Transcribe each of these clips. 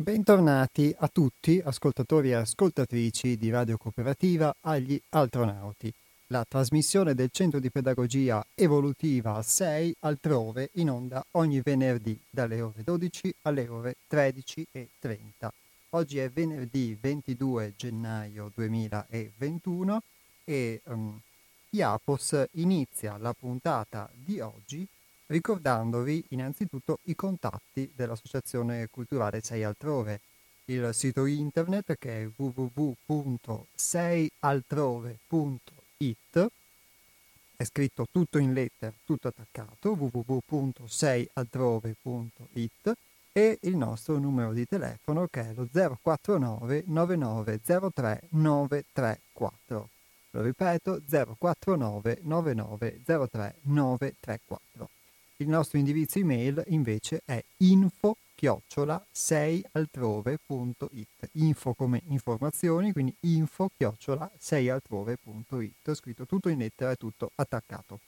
Bentornati a tutti, ascoltatori e ascoltatrici di Radio Cooperativa agli Altronauti, la trasmissione del Centro di Pedagogia Evolutiva 6 altrove in onda ogni venerdì dalle ore 12 alle ore 13:30. Oggi è venerdì 22 gennaio 2021 e IAPOS inizia la puntata di oggi ricordandovi innanzitutto i contatti dell'Associazione Culturale 6 Altrove, il sito internet che è www.seialtrove.it, è scritto tutto in lettere, tutto attaccato, www.seialtrove.it, e il nostro numero di telefono che è lo 049 9903 934. Lo ripeto, 049 9903 934. Il nostro indirizzo email invece è info@seialtrove.it. Info come informazioni, quindi info@seialtrove.it, scritto tutto in lettera e tutto attaccato.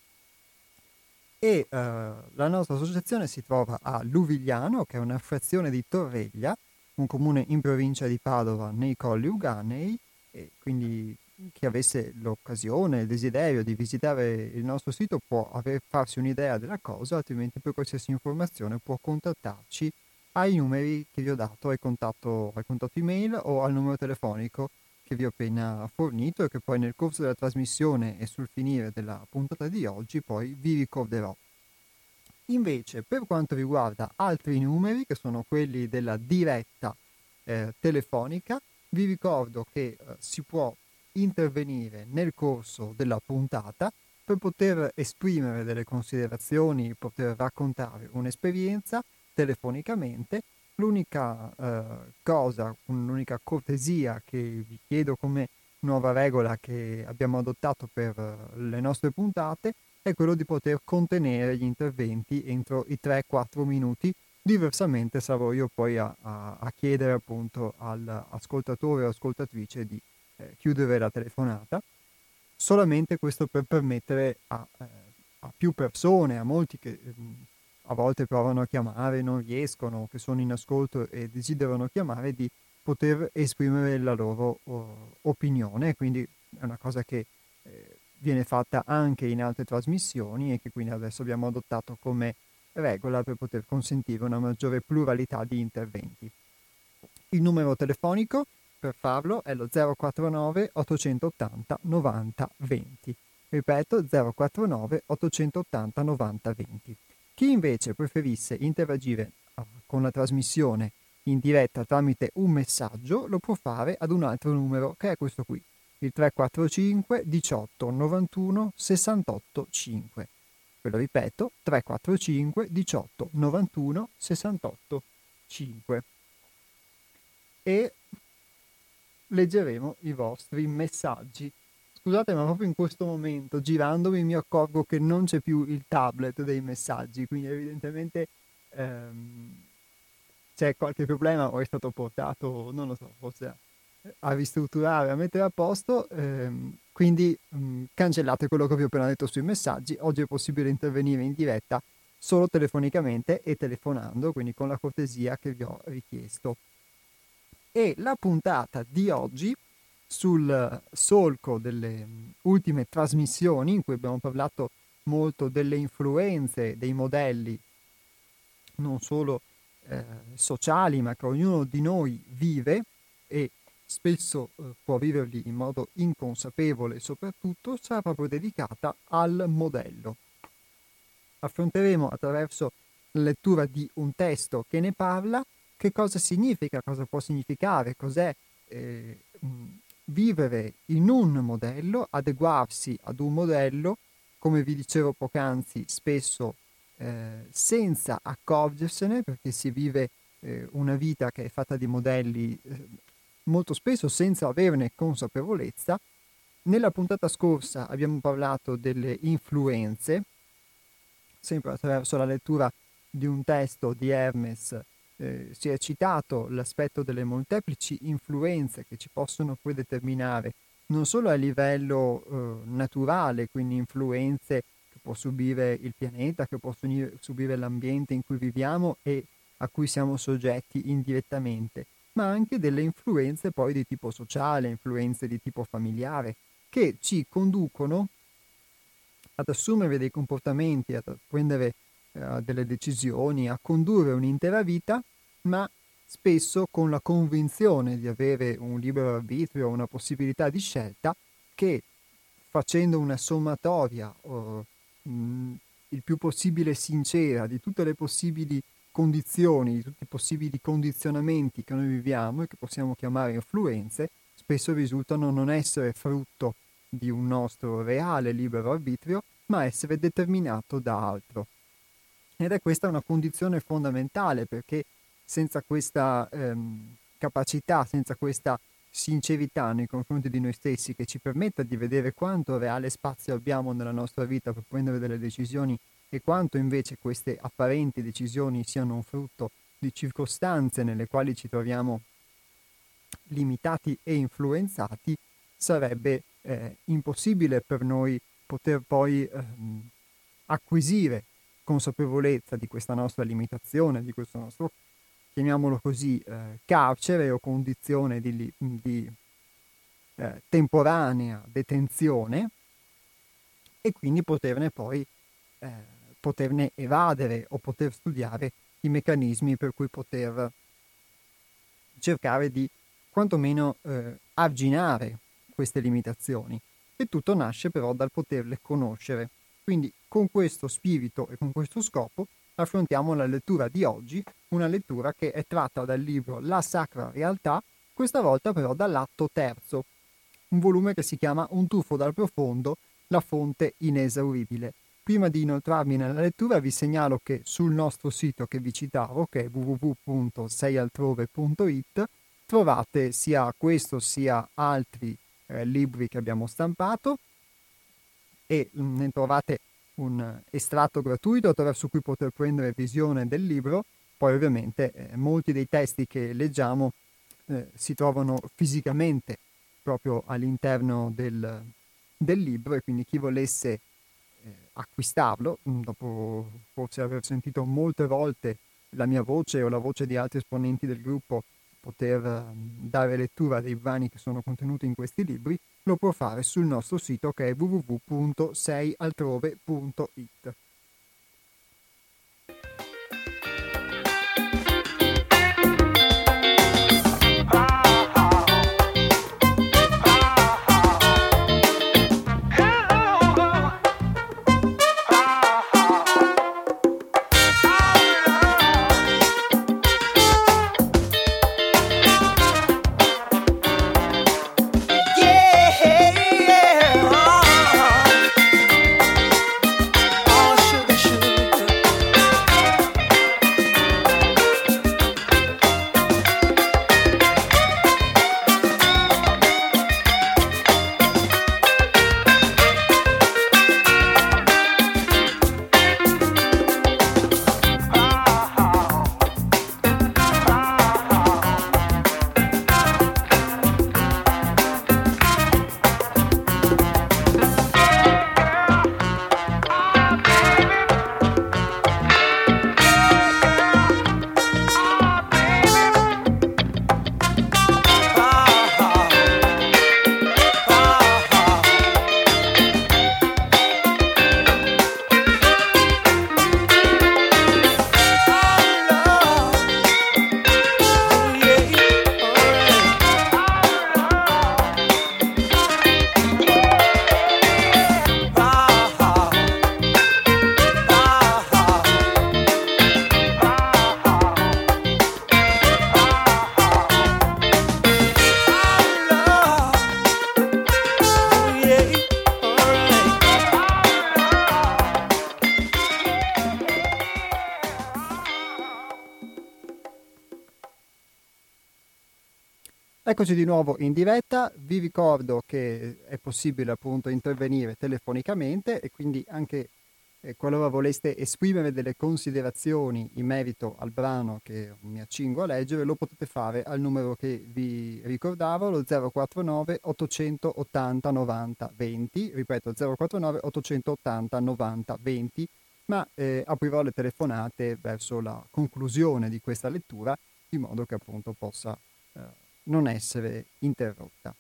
E la nostra associazione si trova a Luvigliano, che è una frazione di Torreglia, un comune in provincia di Padova nei Colli Euganei, e quindi chi avesse l'occasione, il desiderio di visitare il nostro sito può farsi un'idea della cosa, altrimenti per qualsiasi informazione può contattarci ai numeri che vi ho dato, al contatto email o al numero telefonico che vi ho appena fornito e che poi nel corso della trasmissione e sul finire della puntata di oggi poi vi ricorderò. Invece, per quanto riguarda altri numeri, che sono quelli della diretta telefonica, vi ricordo che si può intervenire nel corso della puntata per poter esprimere delle considerazioni, poter raccontare un'esperienza telefonicamente. L'unica l'unica cortesia che vi chiedo come nuova regola che abbiamo adottato per le nostre puntate è quello di poter contenere gli interventi entro i 3-4 minuti. Diversamente sarò io poi a chiedere appunto all'ascoltatore o ascoltatrice di chiudere la telefonata, solamente questo per permettere a più persone, a molti che a volte provano a chiamare, non riescono, che sono in ascolto e desiderano chiamare, di poter esprimere la loro opinione. Quindi è una cosa che viene fatta anche in altre trasmissioni e che quindi adesso abbiamo adottato come regola per poter consentire una maggiore pluralità di interventi. Il numero telefonico per farlo è lo 049 880 90 20. Ripeto, 049 880 90 20. Chi invece preferisse interagire con la trasmissione in diretta tramite un messaggio lo può fare ad un altro numero, che è questo qui, il 345 18 91 68 5. Ve lo ripeto, 345 18 91 68 5. E leggeremo i vostri messaggi. Scusate, ma proprio in questo momento, girandomi, mi accorgo che non c'è più il tablet dei messaggi, quindi evidentemente c'è qualche problema o è stato portato, non lo so, forse a ristrutturare, a mettere a posto, quindi cancellate quello che vi ho appena detto sui messaggi. Oggi è possibile intervenire in diretta solo telefonicamente e telefonando, quindi con la cortesia che vi ho richiesto. E la puntata di oggi, sul solco delle ultime trasmissioni in cui abbiamo parlato molto delle influenze dei modelli non solo sociali, ma che ognuno di noi vive e spesso può viverli in modo inconsapevole, soprattutto sarà proprio dedicata al modello. Affronteremo attraverso la lettura di un testo che ne parla che cosa significa, cosa può significare, cos'è vivere in un modello, adeguarsi ad un modello, come vi dicevo poc'anzi, spesso senza accorgersene, perché si vive una vita che è fatta di modelli molto spesso senza averne consapevolezza. Nella puntata scorsa abbiamo parlato delle influenze, sempre attraverso la lettura di un testo di Hermes. Si è citato l'aspetto delle molteplici influenze che ci possono poi determinare non solo a livello naturale, quindi influenze che può subire il pianeta, che può subire l'ambiente in cui viviamo e a cui siamo soggetti indirettamente, ma anche delle influenze poi di tipo sociale, influenze di tipo familiare, che ci conducono ad assumere dei comportamenti, a prendere delle decisioni, a condurre un'intera vita, ma spesso con la convinzione di avere un libero arbitrio, una possibilità di scelta che, facendo una sommatoria il più possibile sincera di tutte le possibili condizioni, di tutti i possibili condizionamenti che noi viviamo e che possiamo chiamare influenze, spesso risultano non essere frutto di un nostro reale libero arbitrio, ma essere determinato da altro. Ed è questa una condizione fondamentale, perché senza questa capacità, senza questa sincerità nei confronti di noi stessi che ci permetta di vedere quanto reale spazio abbiamo nella nostra vita per prendere delle decisioni e quanto invece queste apparenti decisioni siano un frutto di circostanze nelle quali ci troviamo limitati e influenzati, sarebbe impossibile per noi poter poi acquisire consapevolezza di questa nostra limitazione, di questo nostro, chiamiamolo così, carcere o condizione di temporanea detenzione, e quindi poterne evadere o poter studiare i meccanismi per cui poter cercare di quantomeno arginare queste limitazioni. E tutto nasce però dal poterle conoscere. Quindi con questo spirito e con questo scopo affrontiamo la lettura di oggi, una lettura che è tratta dal libro La Sacra Realtà, questa volta però dall'atto terzo, un volume che si chiama Un tuffo dal profondo, la fonte inesauribile. Prima di inoltrarmi nella lettura vi segnalo che sul nostro sito che vi citavo, che è www.seialtrove.it, trovate sia questo sia altri libri che abbiamo stampato, e ne trovate un estratto gratuito attraverso cui poter prendere visione del libro. Poi ovviamente molti dei testi che leggiamo si trovano fisicamente proprio all'interno del libro, e quindi chi volesse acquistarlo, dopo forse aver sentito molte volte la mia voce o la voce di altri esponenti del gruppo poter dare lettura dei brani che sono contenuti in questi libri, lo può fare sul nostro sito che è www.seialtrove.it. Eccoci di nuovo in diretta. Vi ricordo che è possibile appunto intervenire telefonicamente, e quindi anche qualora voleste esprimere delle considerazioni in merito al brano che mi accingo a leggere, lo potete fare al numero che vi ricordavo, lo 049 880 90 20, ripeto 049 880 90 20, ma aprirò le telefonate verso la conclusione di questa lettura, in modo che appunto possa non essere interrotta.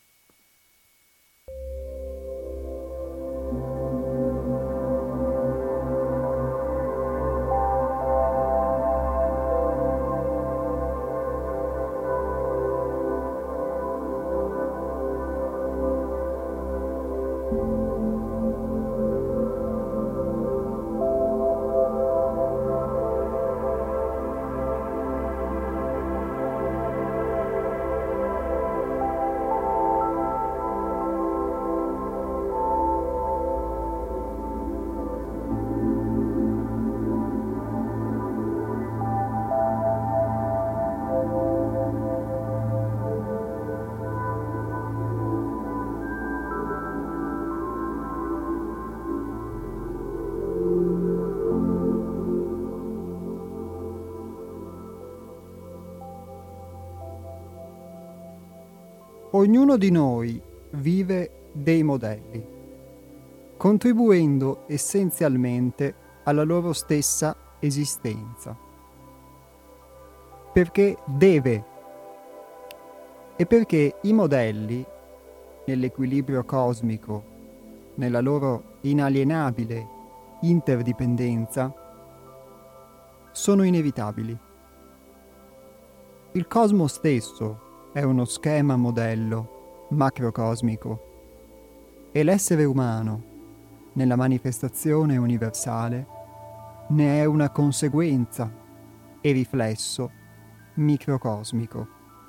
Ognuno di noi vive dei modelli, contribuendo essenzialmente alla loro stessa esistenza. Perché deve, e perché i modelli, nell'equilibrio cosmico, nella loro inalienabile interdipendenza, sono inevitabili. Il cosmo stesso è uno schema modello macrocosmico e l'essere umano, nella manifestazione universale, ne è una conseguenza e riflesso microcosmico.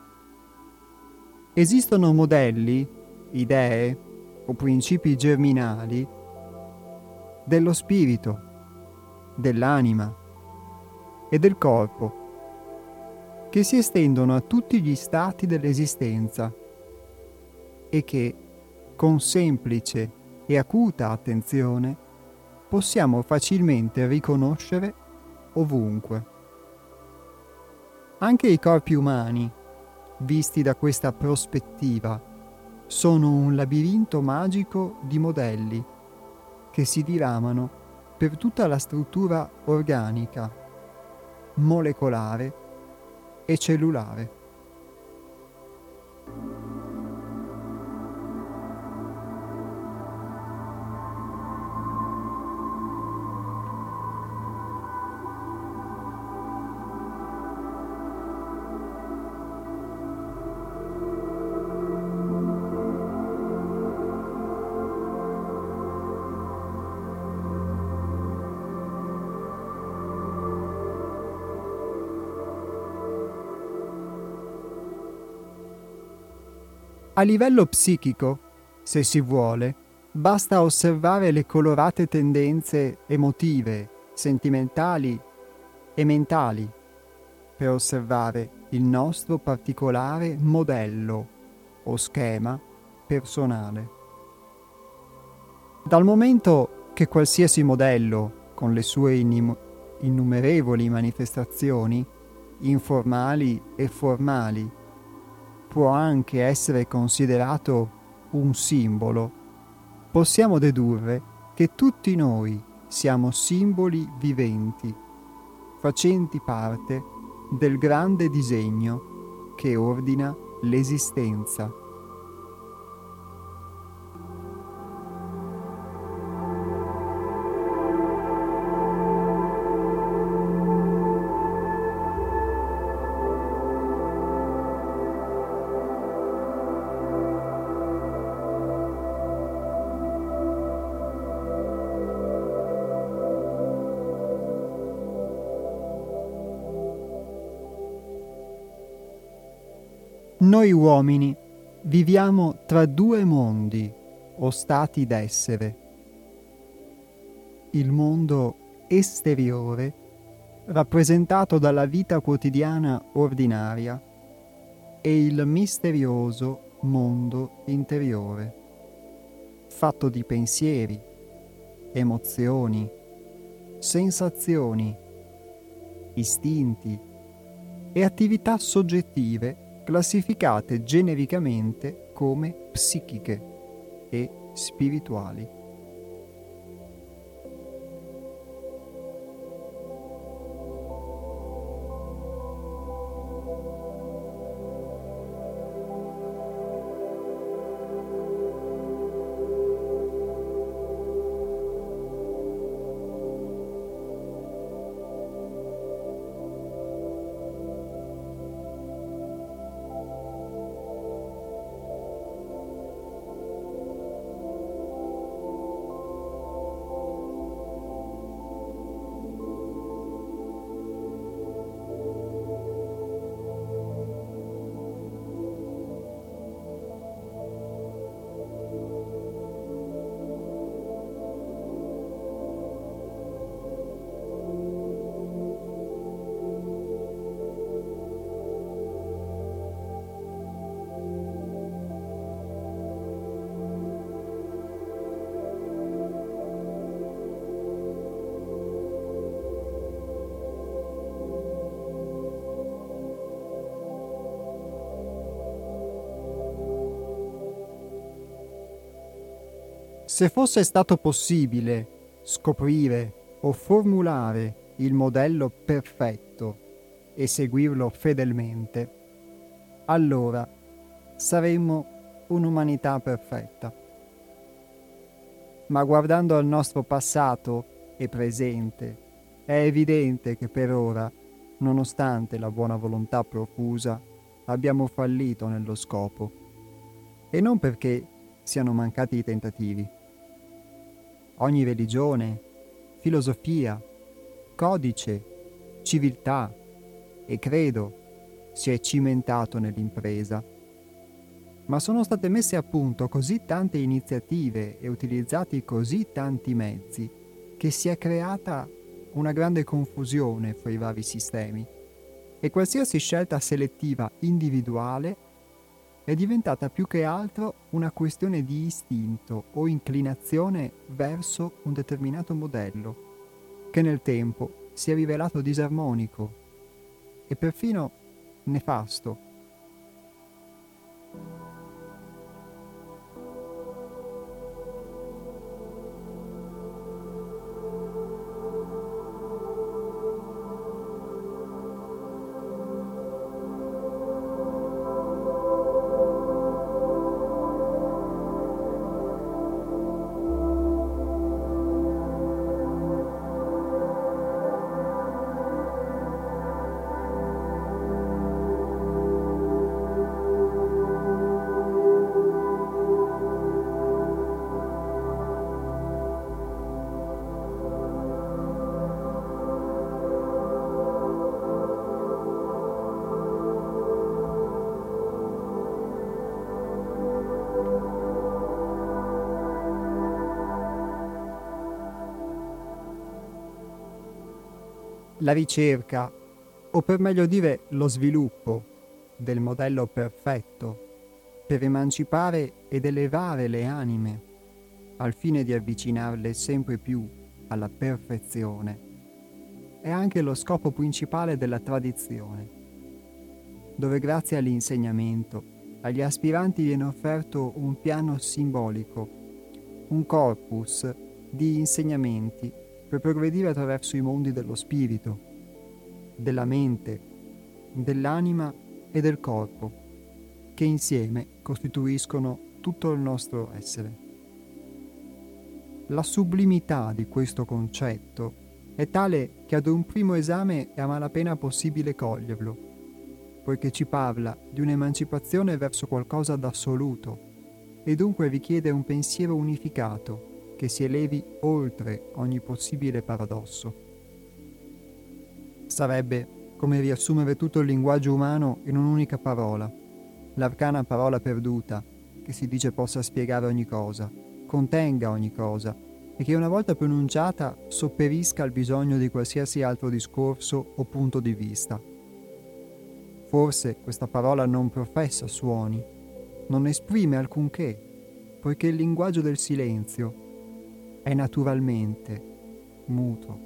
Esistono modelli, idee o principi germinali dello spirito, dell'anima e del corpo che si estendono a tutti gli stati dell'esistenza e che, con semplice e acuta attenzione, possiamo facilmente riconoscere ovunque. Anche i corpi umani, visti da questa prospettiva, sono un labirinto magico di modelli che si diramano per tutta la struttura organica, molecolare e cellulare. A livello psichico, se si vuole, basta osservare le colorate tendenze emotive, sentimentali e mentali per osservare il nostro particolare modello o schema personale. Dal momento che qualsiasi modello, con le sue innumerevoli manifestazioni, informali e formali, può anche essere considerato un simbolo, possiamo dedurre che tutti noi siamo simboli viventi, facenti parte del grande disegno che ordina l'esistenza. Noi uomini viviamo tra due mondi o stati d'essere. Il mondo esteriore, rappresentato dalla vita quotidiana ordinaria, e il misterioso mondo interiore, fatto di pensieri, emozioni, sensazioni, istinti e attività soggettive classificate genericamente come psichiche e spirituali. Se fosse stato possibile scoprire o formulare il modello perfetto e seguirlo fedelmente, allora saremmo un'umanità perfetta. Ma guardando al nostro passato e presente, è evidente che per ora, nonostante la buona volontà profusa, abbiamo fallito nello scopo. E non perché siano mancati i tentativi. Ogni religione, filosofia, codice, civiltà e credo si è cimentato nell'impresa. Ma sono state messe a punto così tante iniziative e utilizzati così tanti mezzi che si è creata una grande confusione fra i vari sistemi e qualsiasi scelta selettiva individuale è diventata più che altro una questione di istinto o inclinazione verso un determinato modello che nel tempo si è rivelato disarmonico e perfino nefasto. La ricerca, o per meglio dire lo sviluppo del modello perfetto per emancipare ed elevare le anime al fine di avvicinarle sempre più alla perfezione, è anche lo scopo principale della tradizione, dove grazie all'insegnamento agli aspiranti viene offerto un piano simbolico, un corpus di insegnamenti per progredire attraverso i mondi dello spirito, della mente, dell'anima e del corpo, che insieme costituiscono tutto il nostro essere. La sublimità di questo concetto è tale che ad un primo esame è a malapena possibile coglierlo, poiché ci parla di un'emancipazione verso qualcosa d'assoluto e dunque richiede un pensiero unificato che si elevi oltre ogni possibile paradosso. Sarebbe come riassumere tutto il linguaggio umano in un'unica parola, l'arcana parola perduta, che si dice possa spiegare ogni cosa, contenga ogni cosa, e che una volta pronunciata sopperisca al bisogno di qualsiasi altro discorso o punto di vista. Forse questa parola non professa suoni, non esprime alcunché, poiché il linguaggio del silenzio è naturalmente muto.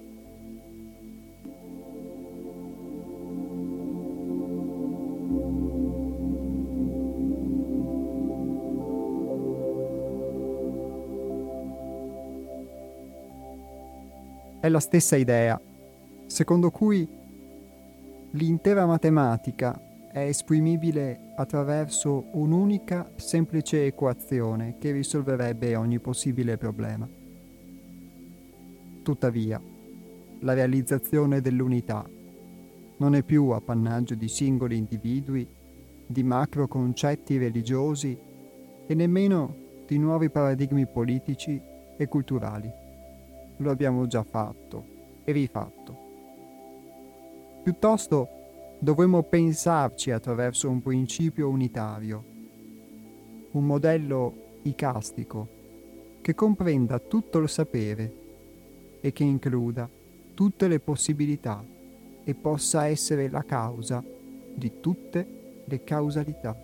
È la stessa idea, secondo cui l'intera matematica è esprimibile attraverso un'unica semplice equazione che risolverebbe ogni possibile problema. Tuttavia, la realizzazione dell'unità non è più appannaggio di singoli individui, di macro concetti religiosi e nemmeno di nuovi paradigmi politici e culturali. Lo abbiamo già fatto e rifatto. Piuttosto dovremmo pensarci attraverso un principio unitario, un modello icastico che comprenda tutto il sapere e che includa tutte le possibilità e possa essere la causa di tutte le causalità.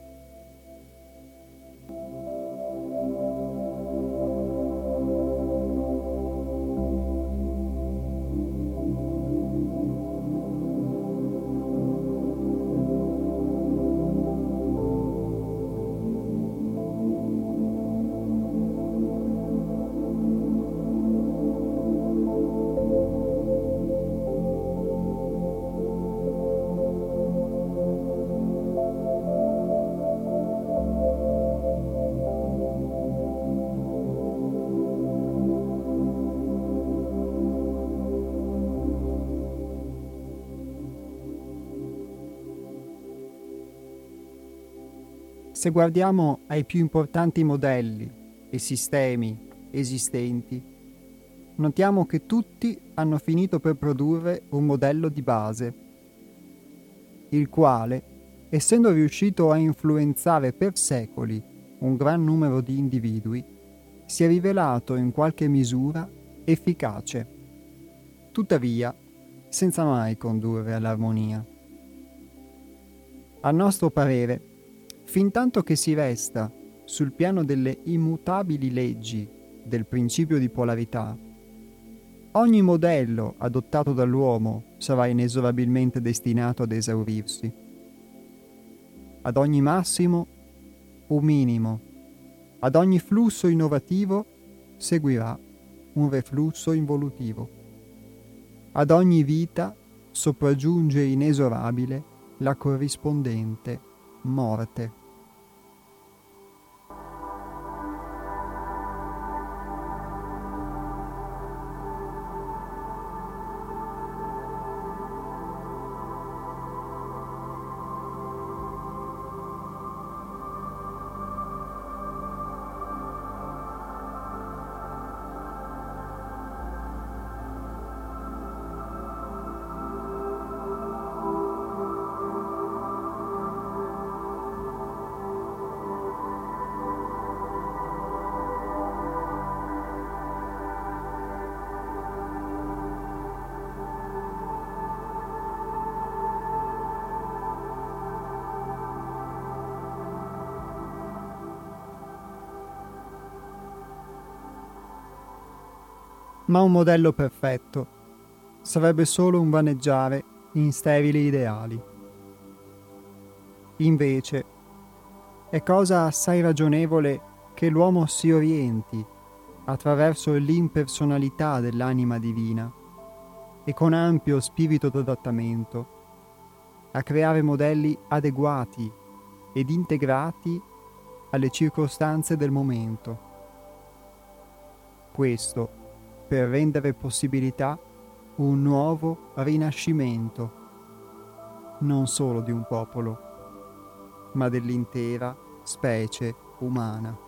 Se guardiamo ai più importanti modelli e sistemi esistenti, notiamo che tutti hanno finito per produrre un modello di base, il quale, essendo riuscito a influenzare per secoli un gran numero di individui, si è rivelato in qualche misura efficace, tuttavia senza mai condurre all'armonia. A nostro parere, fintanto che si resta sul piano delle immutabili leggi del principio di polarità, ogni modello adottato dall'uomo sarà inesorabilmente destinato ad esaurirsi. Ad ogni massimo, un minimo. Ad ogni flusso innovativo seguirà un reflusso involutivo. Ad ogni vita sopraggiunge inesorabile la corrispondente morte. Ma un modello perfetto sarebbe solo un vaneggiare in sterili ideali. Invece, è cosa assai ragionevole che l'uomo si orienti attraverso l'impersonalità dell'anima divina e con ampio spirito d'adattamento a creare modelli adeguati ed integrati alle circostanze del momento. Questo per rendere possibilità un nuovo rinascimento, non solo di un popolo, ma dell'intera specie umana.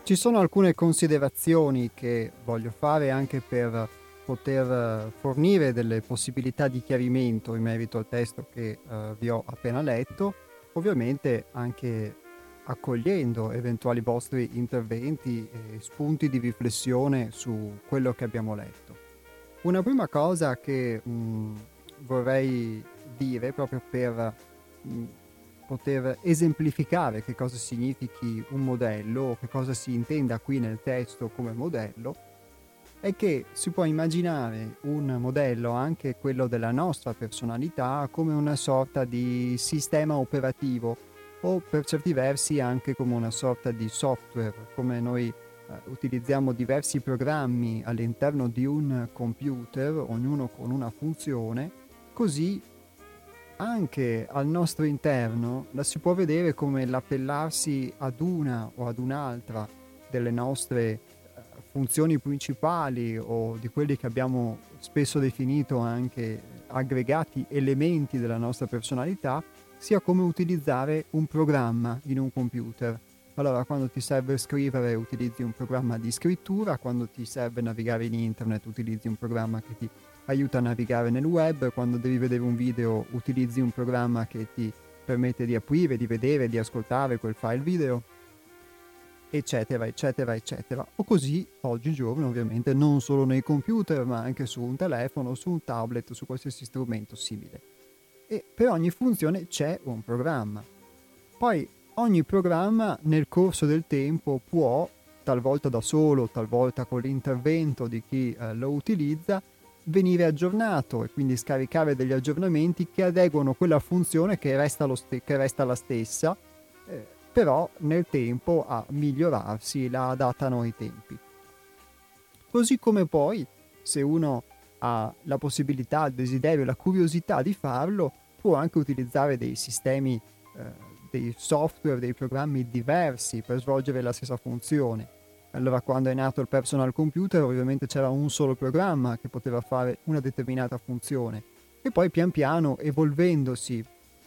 Ci sono alcune considerazioni che voglio fare anche per poter fornire delle possibilità di chiarimento in merito al testo che vi ho appena letto, ovviamente anche accogliendo eventuali vostri interventi e spunti di riflessione su quello che abbiamo letto. Una prima cosa che vorrei dire proprio per poter esemplificare che cosa significhi un modello o che cosa si intenda qui nel testo come modello è che si può immaginare un modello, anche quello della nostra personalità, come una sorta di sistema operativo o per certi versi anche come una sorta di software, come noi utilizziamo diversi programmi all'interno di un computer, ognuno con una funzione, così anche al nostro interno la si può vedere come l'appellarsi ad una o ad un'altra delle nostre funzioni principali o di quelli che abbiamo spesso definito anche aggregati elementi della nostra personalità, sia come utilizzare un programma in un computer. Allora, quando ti serve scrivere utilizzi un programma di scrittura, quando ti serve navigare in internet utilizzi un programma che ti aiuta a navigare nel web, quando devi vedere un video utilizzi un programma che ti permette di aprire, di vedere, di ascoltare quel file video, eccetera, eccetera, eccetera. O così oggigiorno ovviamente non solo nei computer, ma anche su un telefono, su un tablet, su qualsiasi strumento simile. E per ogni funzione c'è un programma. Poi ogni programma nel corso del tempo può, talvolta da solo, talvolta con l'intervento di chi lo utilizza, venire aggiornato e quindi scaricare degli aggiornamenti che adeguano quella funzione che resta la stessa, però nel tempo a migliorarsi, la adattano ai tempi. Così come poi, se uno ha la possibilità, il desiderio, la curiosità di farlo, può anche utilizzare dei sistemi, dei software, dei programmi diversi per svolgere la stessa funzione. Allora, quando è nato il personal computer, ovviamente c'era un solo programma che poteva fare una determinata funzione, e poi pian piano, evolvendosi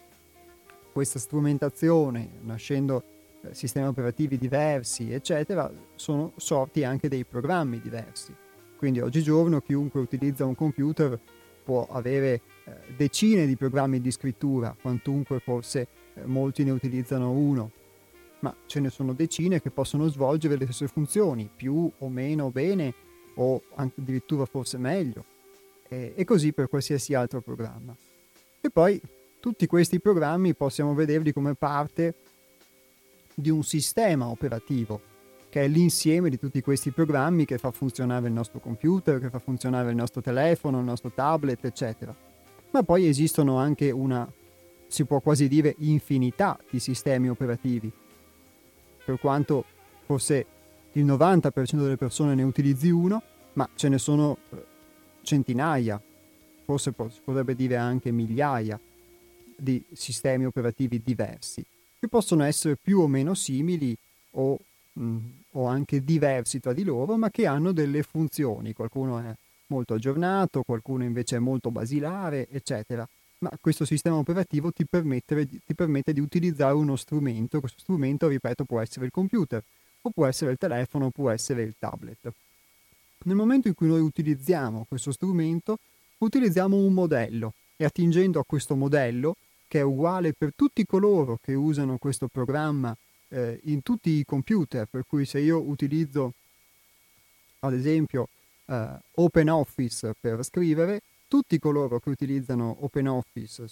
questa strumentazione, nascendo sistemi operativi diversi, eccetera, sono sorti anche dei programmi diversi. Quindi oggigiorno chiunque utilizza un computer può avere decine di programmi di scrittura, quantunque forse molti ne utilizzano uno, ma ce ne sono decine che possono svolgere le stesse funzioni, più o meno bene, o addirittura forse meglio, e così per qualsiasi altro programma. E poi tutti questi programmi possiamo vederli come parte di un sistema operativo, che è l'insieme di tutti questi programmi che fa funzionare il nostro computer, che fa funzionare il nostro telefono, il nostro tablet, eccetera. Ma poi esistono anche si può quasi dire, infinità di sistemi operativi. Per quanto forse il 90% delle persone ne utilizzi uno, ma ce ne sono centinaia, forse si potrebbe dire anche migliaia di sistemi operativi diversi, che possono essere più o meno simili o anche diversi tra di loro, ma che hanno delle funzioni. Qualcuno è molto aggiornato, qualcuno invece è molto basilare, eccetera. Ma questo sistema operativo ti permette di utilizzare uno strumento. Questo strumento, ripeto, può essere il computer, o può essere il telefono, può essere il tablet. Nel momento in cui noi utilizziamo questo strumento, utilizziamo un modello, e attingendo a questo modello, che è uguale per tutti coloro che usano questo programma in tutti i computer, per cui se io utilizzo ad esempio OpenOffice per scrivere, tutti coloro che utilizzano OpenOffice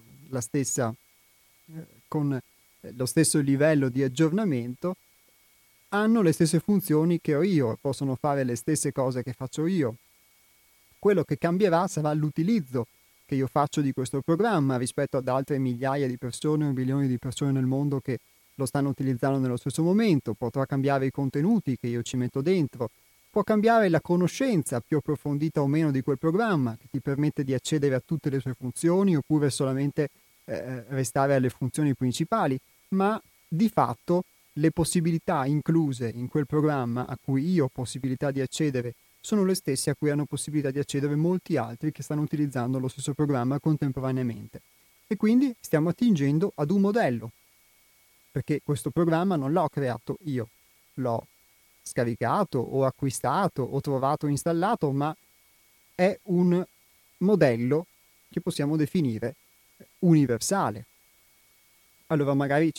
con lo stesso livello di aggiornamento hanno le stesse funzioni che ho io, possono fare le stesse cose che faccio io. Quello che cambierà sarà l'utilizzo che io faccio di questo programma rispetto ad altre migliaia di persone o milioni di persone nel mondo che lo stanno utilizzando nello stesso momento. Potrà cambiare i contenuti che io ci metto dentro, può cambiare la conoscenza più approfondita o meno di quel programma, che ti permette di accedere a tutte le sue funzioni oppure solamente restare alle funzioni principali, ma di fatto le possibilità incluse in quel programma a cui io ho possibilità di accedere sono le stesse a cui hanno possibilità di accedere molti altri che stanno utilizzando lo stesso programma contemporaneamente. E quindi stiamo attingendo ad un modello, perché questo programma non l'ho creato io, l'ho scaricato o acquistato o trovato installato, ma è un modello che possiamo definire universale. Allora magari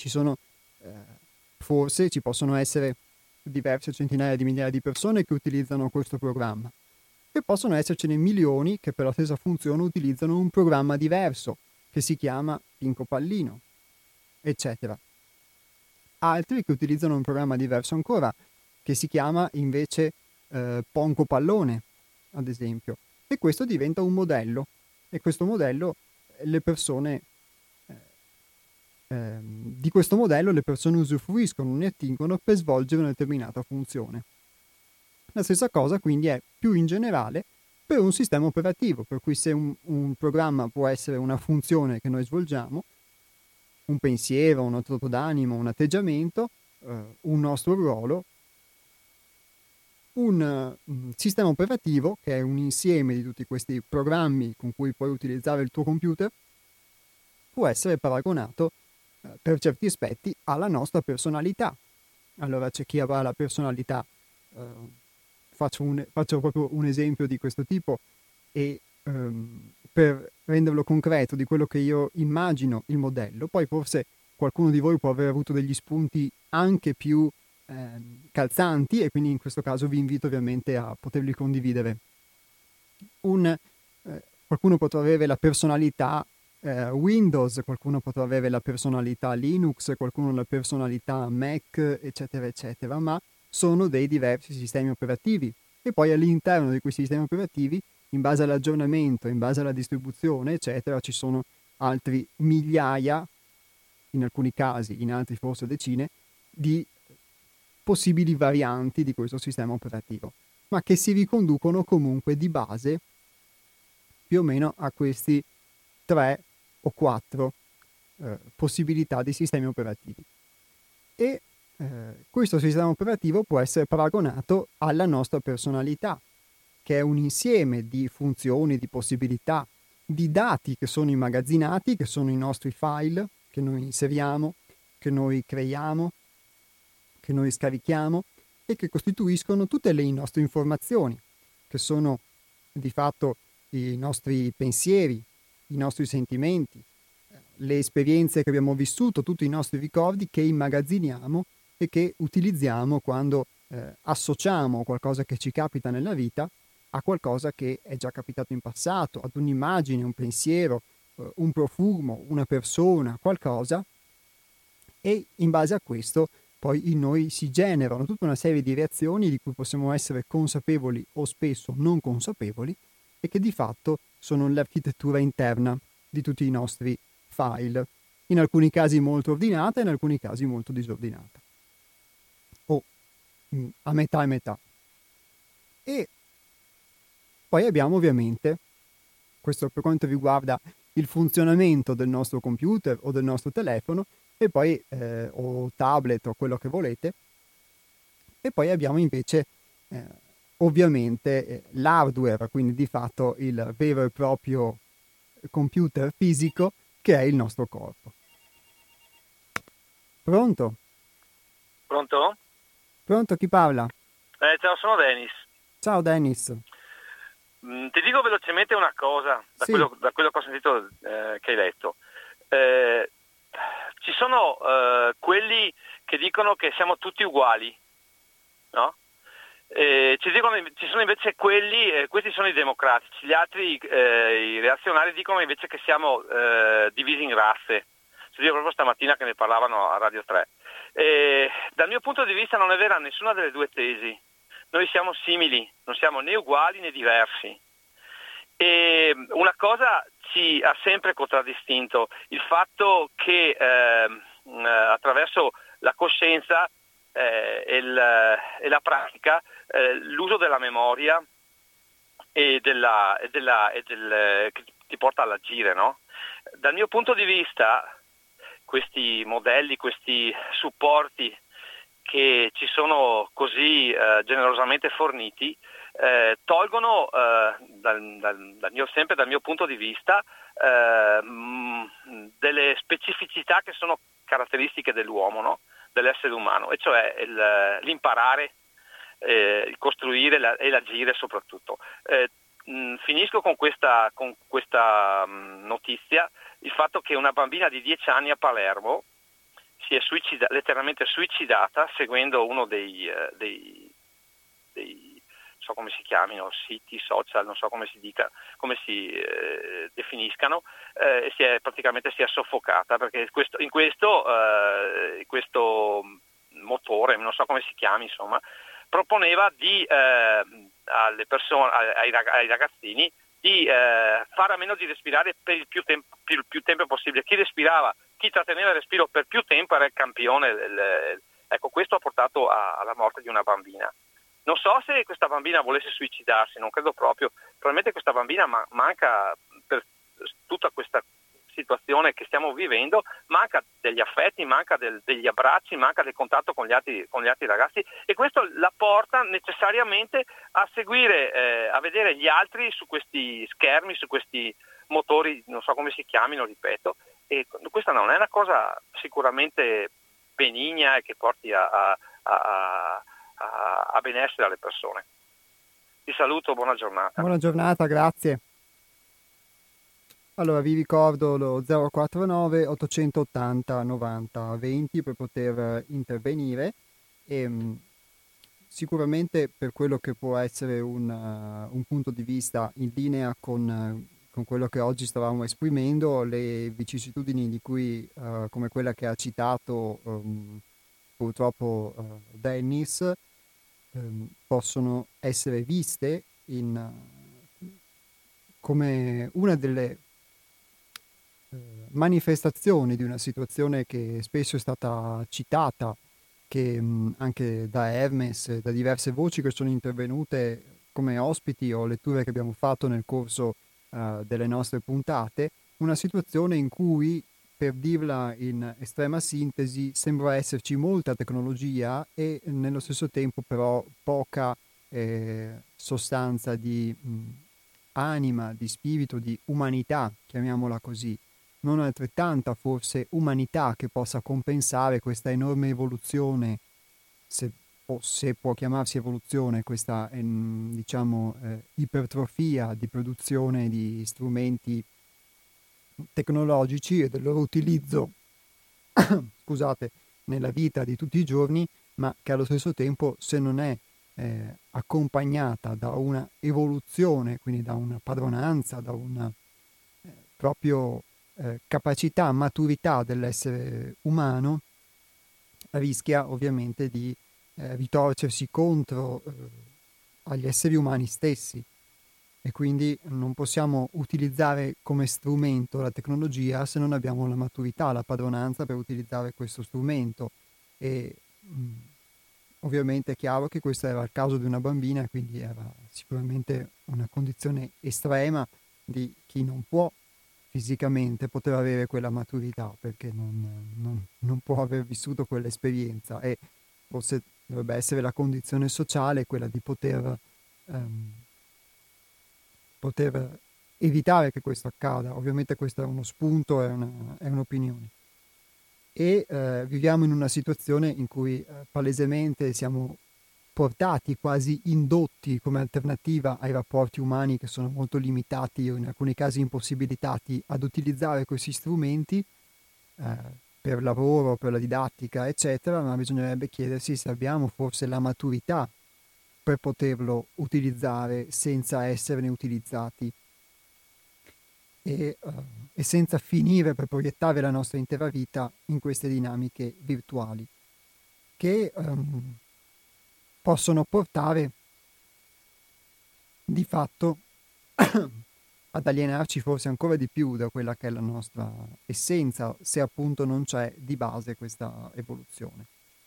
forse ci possono essere diverse centinaia di migliaia di persone che utilizzano questo programma, e possono essercene milioni che per la stessa funzione utilizzano un programma diverso che si chiama Pinco Pallino, eccetera. Altri che utilizzano un programma diverso ancora che si chiama invece Ponco Pallone, ad esempio, e questo diventa un modello, e questo modello le persone di questo modello le persone usufruiscono, ne attingono per svolgere una determinata funzione. La stessa cosa quindi è più in generale per un sistema operativo, per cui se un programma può essere una funzione che noi svolgiamo, un pensiero, uno stato d'animo, un atteggiamento, un nostro ruolo, un sistema operativo che è un insieme di tutti questi programmi con cui puoi utilizzare il tuo computer, può essere paragonato per certi aspetti alla nostra personalità. Allora c'è chi avrà la personalità, faccio proprio un esempio di questo tipo, e per renderlo concreto di quello che io immagino il modello, poi forse qualcuno di voi può aver avuto degli spunti anche più calzanti, e quindi in questo caso vi invito ovviamente a poterli condividere. Qualcuno potrà avere la personalità Windows, qualcuno potrà avere la personalità Linux, qualcuno la personalità Mac, eccetera, eccetera, ma sono dei diversi sistemi operativi, e poi all'interno di questi sistemi operativi, in base all'aggiornamento, in base alla distribuzione, eccetera, ci sono altri migliaia, in alcuni casi, in altri forse decine, di possibili varianti di questo sistema operativo, ma che si riconducono comunque di base più o meno a questi 3 o 4 possibilità di sistemi operativi. E questo sistema operativo può essere paragonato alla nostra personalità, che è un insieme di funzioni, di possibilità, di dati che sono immagazzinati, che sono i nostri file, che noi inseriamo, che noi creiamo, che noi scarichiamo, e che costituiscono tutte le nostre informazioni, che sono di fatto i nostri pensieri, i nostri sentimenti, le esperienze che abbiamo vissuto, tutti i nostri ricordi che immagazziniamo e che utilizziamo quando associamo qualcosa che ci capita nella vita a qualcosa che è già capitato in passato, ad un'immagine, un pensiero, un profumo, una persona, qualcosa, e in base a questo poi in noi si generano tutta una serie di reazioni di cui possiamo essere consapevoli o spesso non consapevoli, e che di fatto sono l'architettura interna di tutti i nostri file, in alcuni casi molto ordinata, in alcuni casi molto disordinata, o a metà e metà. E poi abbiamo ovviamente, questo per quanto riguarda il funzionamento del nostro computer o del nostro telefono, e poi o tablet o quello che volete, e poi abbiamo invece ovviamente l'hardware, quindi di fatto il vero e proprio computer fisico, che è il nostro corpo. Pronto? Pronto? Pronto, chi parla? Ciao, sono Dennis. Ciao Dennis. Ti dico velocemente una cosa, da Sì. quello che ho sentito che hai letto. Ci sono quelli che dicono che siamo tutti uguali, no? Ci sono invece quelli, questi sono i democratici, gli altri, i reazionari, dicono invece che siamo divisi in razze. Io proprio stamattina che ne parlavano a Radio 3. Dal mio punto di vista non è vera nessuna delle due tesi. Noi siamo simili, non siamo né uguali né diversi. E una cosa ci ha sempre contraddistinto, il fatto che attraverso la coscienza e la pratica, l'uso della memoria che ti porta all'agire, no? Dal mio punto di vista, questi modelli, questi supporti che ci sono così generosamente forniti tolgono sempre dal mio punto di vista delle specificità che sono caratteristiche dell'uomo, no? Dell'essere umano, e cioè l'imparare, il costruire e l'agire soprattutto. Finisco con questa notizia, il fatto che una bambina di 10 anni a Palermo si è letteralmente suicidata seguendo uno dei non so come si chiamino, siti social, non so come si dica, come si definiscano, e si è soffocata, perché in questo motore, non so come si chiami, insomma, proponeva alle persone, ai ragazzini, di fare a meno di respirare per il più tempo possibile. Chi tratteneva il respiro per più tempo era il campione. Ecco, questo ha portato alla morte di una bambina. Non so se questa bambina volesse suicidarsi, non credo proprio. Probabilmente questa bambina manca, per tutta questa situazione che stiamo vivendo, manca degli affetti, manca degli abbracci, manca del contatto con gli altri ragazzi, e questo la porta necessariamente a seguire, a vedere gli altri su questi schermi, su questi motori, non so come si chiamino, ripeto, e questa non è una cosa sicuramente benigna e che porti a benessere alle persone. Ti saluto, buona giornata. Buona giornata, grazie. Allora vi ricordo lo 049 880 90 20 per poter intervenire, e sicuramente per quello che può essere un punto di vista in linea con quello che oggi stavamo esprimendo, le vicissitudini di cui, come quella che ha citato purtroppo Dennis, possono essere viste come una delle manifestazioni di una situazione che spesso è stata citata, che anche da Hermes, da diverse voci che sono intervenute come ospiti o letture che abbiamo fatto nel corso delle nostre puntate, una situazione in cui, per dirla in estrema sintesi, sembra esserci molta tecnologia e nello stesso tempo però poca sostanza di anima, di spirito, di umanità, chiamiamola così. Non altrettanta forse umanità che possa compensare questa enorme evoluzione, se può chiamarsi evoluzione, questa ipertrofia di produzione di strumenti tecnologici e del loro utilizzo scusate, nella vita di tutti i giorni, ma che allo stesso tempo, se non è accompagnata da una evoluzione, quindi da una padronanza, da una proprio capacità, maturità dell'essere umano, rischia ovviamente di ritorcersi contro agli esseri umani stessi, e quindi non possiamo utilizzare come strumento la tecnologia se non abbiamo la maturità, la padronanza per utilizzare questo strumento. E ovviamente è chiaro che questo era il caso di una bambina, quindi era sicuramente una condizione estrema di chi non può fisicamente poter avere quella maturità, perché non può aver vissuto quell'esperienza, e forse dovrebbe essere la condizione sociale quella di poter evitare che questo accada. Ovviamente questo è uno spunto, è un'opinione. E viviamo in una situazione in cui palesemente siamo portati, quasi indotti come alternativa ai rapporti umani, che sono molto limitati o in alcuni casi impossibilitati, ad utilizzare questi strumenti per lavoro, per la didattica, eccetera, ma bisognerebbe chiedersi se abbiamo forse la maturità per poterlo utilizzare senza esserne utilizzati e senza finire per proiettare la nostra intera vita in queste dinamiche virtuali che possono portare di fatto ad alienarci forse ancora di più da quella che è la nostra essenza, se appunto non c'è di base questa evoluzione.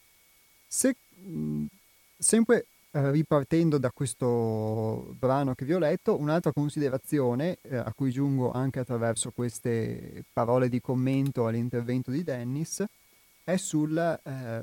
Sempre ripartendo da questo brano che vi ho letto, un'altra considerazione a cui giungo anche attraverso queste parole di commento all'intervento di Dennis è sulla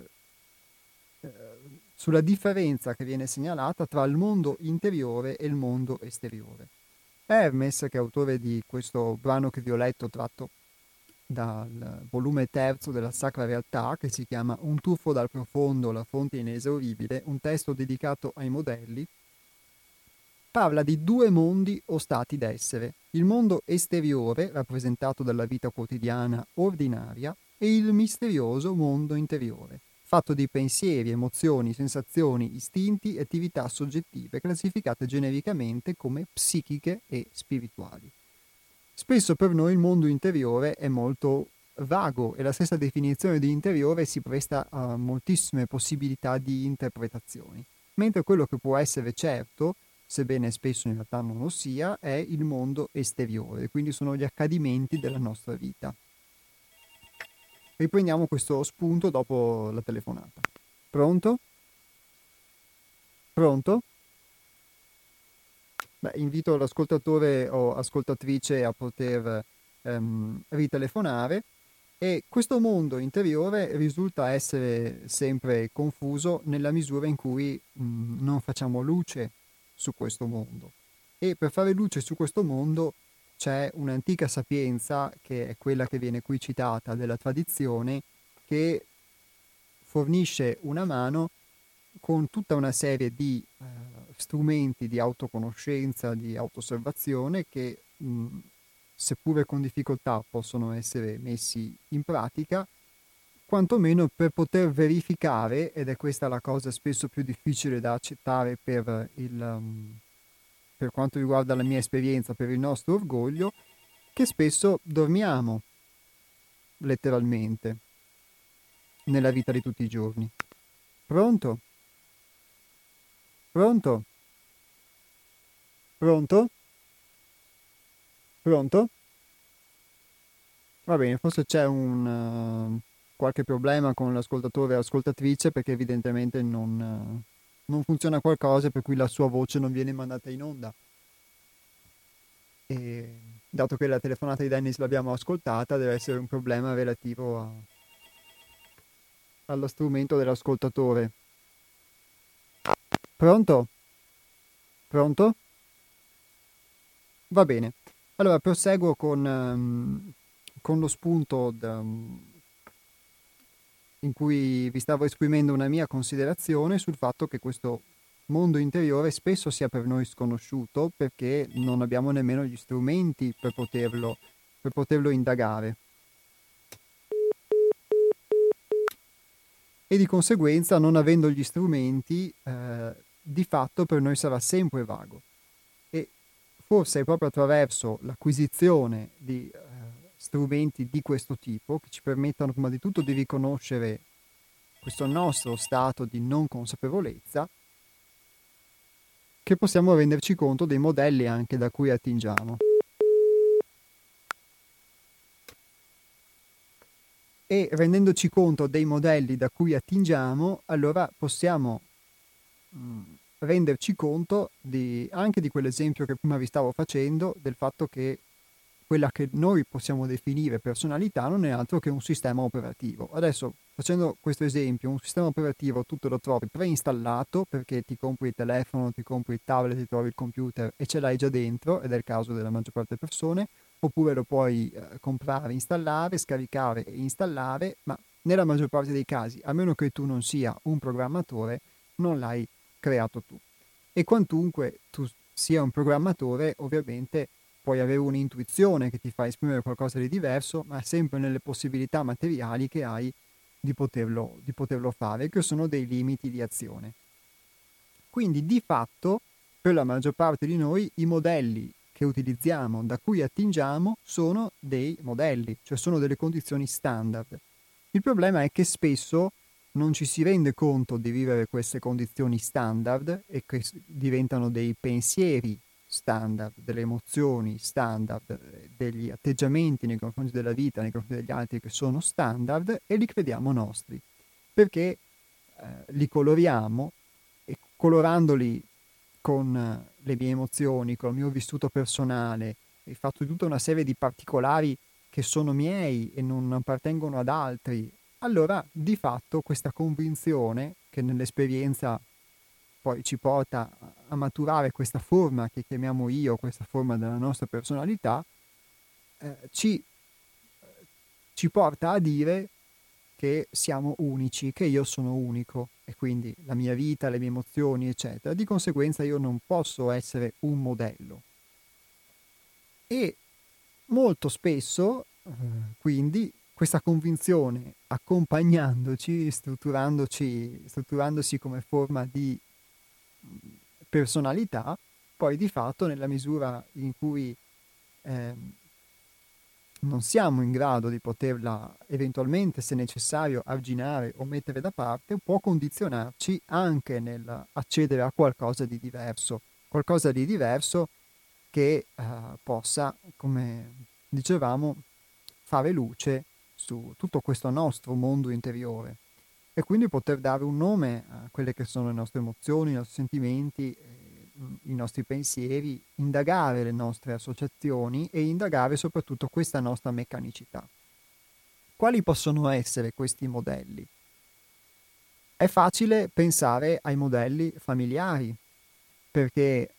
differenza che viene segnalata tra il mondo interiore e il mondo esteriore. Hermes, che è autore di questo brano che vi ho letto tratto dal volume terzo della Sacra Realtà, che si chiama Un tuffo dal profondo, la fonte inesauribile, un testo dedicato ai modelli, parla di due mondi o stati d'essere: il mondo esteriore, rappresentato dalla vita quotidiana ordinaria, e il misterioso mondo interiore, fatto di pensieri, emozioni, sensazioni, istinti e attività soggettive classificate genericamente come psichiche e spirituali. Spesso per noi il mondo interiore è molto vago e la stessa definizione di interiore si presta a moltissime possibilità di interpretazioni, mentre quello che può essere certo, sebbene spesso in realtà non lo sia, è il mondo esteriore, quindi sono gli accadimenti della nostra vita. Riprendiamo questo spunto dopo la telefonata. Pronto? Pronto? Beh, invito l'ascoltatore o ascoltatrice a poter ritelefonare. E questo mondo interiore risulta essere sempre confuso nella misura in cui non facciamo luce su questo mondo. E per fare luce su questo mondo c'è un'antica sapienza, che è quella che viene qui citata, della tradizione, che fornisce una mano con tutta una serie di strumenti di autoconoscenza, di autoosservazione che seppure con difficoltà possono essere messi in pratica, quantomeno per poter verificare, ed è questa la cosa spesso più difficile da accettare per quanto riguarda la mia esperienza, per il nostro orgoglio, che spesso dormiamo, letteralmente, nella vita di tutti i giorni. Pronto? Pronto? Pronto? Pronto? Va bene, forse c'è qualche problema con l'ascoltatore o ascoltatrice, perché evidentemente non funziona qualcosa per cui la sua voce non viene mandata in onda. E dato che la telefonata di Dennis l'abbiamo ascoltata, deve essere un problema relativo allo strumento dell'ascoltatore. Pronto? Pronto? Va bene. Allora proseguo con lo spunto in cui vi stavo esprimendo una mia considerazione sul fatto che questo mondo interiore spesso sia per noi sconosciuto, perché non abbiamo nemmeno gli strumenti per poterlo indagare. E di conseguenza, non avendo gli strumenti, di fatto per noi sarà sempre vago. E forse è proprio attraverso l'acquisizione di strumenti di questo tipo, che ci permettano prima di tutto di riconoscere questo nostro stato di non consapevolezza, che possiamo renderci conto dei modelli anche da cui attingiamo. E rendendoci conto dei modelli da cui attingiamo, allora possiamo renderci conto anche di quell'esempio che prima vi stavo facendo, del fatto che quella che noi possiamo definire personalità non è altro che un sistema operativo. Adesso, facendo questo esempio, un sistema operativo tu te lo trovi preinstallato, perché ti compri il telefono, ti compri il tablet, ti trovi il computer e ce l'hai già dentro, ed è il caso della maggior parte delle persone, oppure lo puoi comprare, installare, scaricare e installare, ma nella maggior parte dei casi, a meno che tu non sia un programmatore, non l'hai creato tu. E quantunque tu sia un programmatore, ovviamente puoi avere un'intuizione che ti fa esprimere qualcosa di diverso, ma sempre nelle possibilità materiali che hai di poterlo fare, che sono dei limiti di azione. Quindi di fatto, per la maggior parte di noi, i modelli che utilizziamo, da cui attingiamo, sono dei modelli, cioè sono delle condizioni standard. Il problema è che spesso non ci si rende conto di vivere queste condizioni standard e che diventano dei pensieri standard, delle emozioni standard, degli atteggiamenti nei confronti della vita, nei confronti degli altri che sono standard, e li crediamo nostri, perché li coloriamo, e colorandoli con le mie emozioni, con il mio vissuto personale, e fatto tutta una serie di particolari che sono miei e non appartengono ad altri, allora di fatto questa convinzione, che nell'esperienza poi ci porta a maturare questa forma che chiamiamo io, questa forma della nostra personalità, ci ci porta a dire che siamo unici, che io sono unico e quindi la mia vita, le mie emozioni, eccetera. Di conseguenza io non posso essere un modello. E molto spesso, quindi, questa convinzione accompagnandoci, strutturandosi come forma di personalità, poi di fatto nella misura in cui non siamo in grado di poterla eventualmente, se necessario, arginare o mettere da parte, può condizionarci anche nell'accedere a qualcosa di diverso che possa, come dicevamo, fare luce su tutto questo nostro mondo interiore e quindi poter dare un nome a quelle che sono le nostre emozioni, i nostri sentimenti, i nostri pensieri, indagare le nostre associazioni e indagare soprattutto questa nostra meccanicità. Quali possono essere questi modelli? È facile pensare ai modelli familiari, perché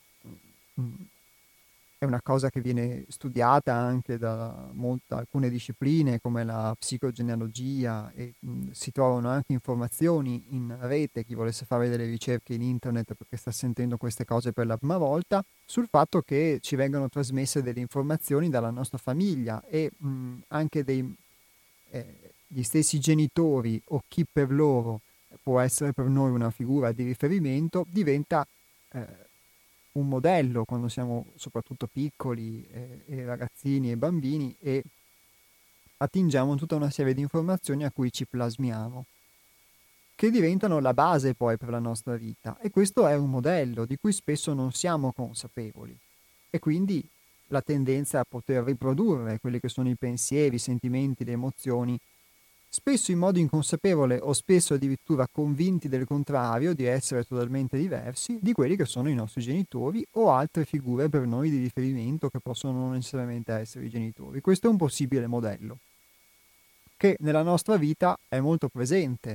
è una cosa che viene studiata anche da alcune discipline come la psicogenealogia e si trovano anche informazioni in rete, chi volesse fare delle ricerche in internet perché sta sentendo queste cose per la prima volta, sul fatto che ci vengono trasmesse delle informazioni dalla nostra famiglia e anche gli stessi genitori o chi per loro può essere per noi una figura di riferimento, diventa un modello quando siamo soprattutto piccoli e ragazzini e bambini e attingiamo tutta una serie di informazioni a cui ci plasmiamo, che diventano la base poi per la nostra vita. E questo è un modello di cui spesso non siamo consapevoli. E quindi la tendenza a poter riprodurre quelli che sono i pensieri, i sentimenti, le emozioni, spesso in modo inconsapevole o spesso addirittura convinti del contrario, di essere totalmente diversi di quelli che sono i nostri genitori o altre figure per noi di riferimento che possono non necessariamente essere i genitori. Questo è un possibile modello che nella nostra vita è molto presente.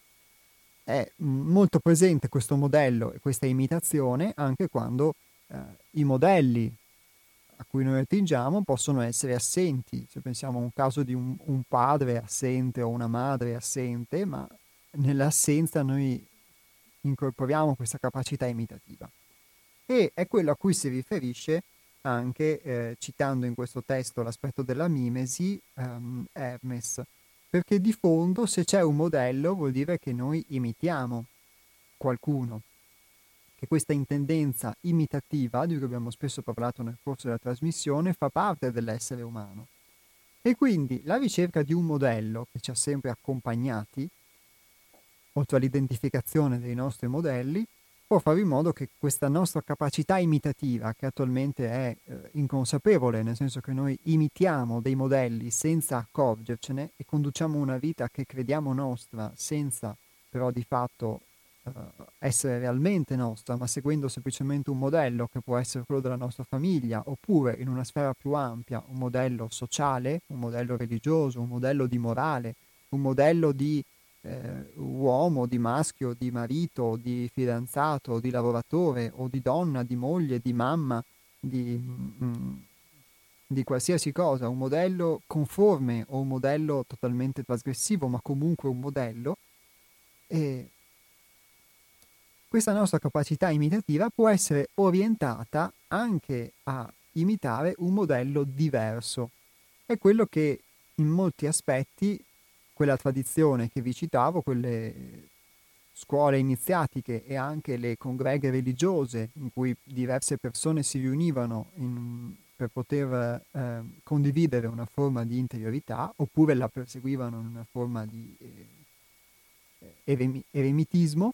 È molto presente questo modello e questa imitazione anche quando i modelli a cui noi attingiamo possono essere assenti. Se pensiamo a un caso di un padre assente o una madre assente, ma nell'assenza noi incorporiamo questa capacità imitativa. E è quello a cui si riferisce anche, citando in questo testo l'aspetto della mimesi, Hermes, perché di fondo se c'è un modello vuol dire che noi imitiamo qualcuno, che questa intendenza imitativa, di cui abbiamo spesso parlato nel corso della trasmissione, fa parte dell'essere umano. E quindi la ricerca di un modello che ci ha sempre accompagnati, oltre all'identificazione dei nostri modelli, può fare in modo che questa nostra capacità imitativa, che attualmente è inconsapevole, nel senso che noi imitiamo dei modelli senza accorgercene e conduciamo una vita che crediamo nostra senza però di fatto essere realmente nostra, ma seguendo semplicemente un modello che può essere quello della nostra famiglia, oppure in una sfera più ampia un modello sociale, un modello religioso, un modello di morale, un modello di uomo, di maschio, di marito, di fidanzato, di lavoratore o di donna, di moglie, di mamma, di qualsiasi cosa, un modello conforme o un modello totalmente trasgressivo, ma comunque un modello. E questa nostra capacità imitativa può essere orientata anche a imitare un modello diverso. È quello che in molti aspetti quella tradizione che vi citavo, quelle scuole iniziatiche e anche le congreghe religiose in cui diverse persone si riunivano per poter condividere una forma di interiorità, oppure la perseguivano in una forma di eremitismo,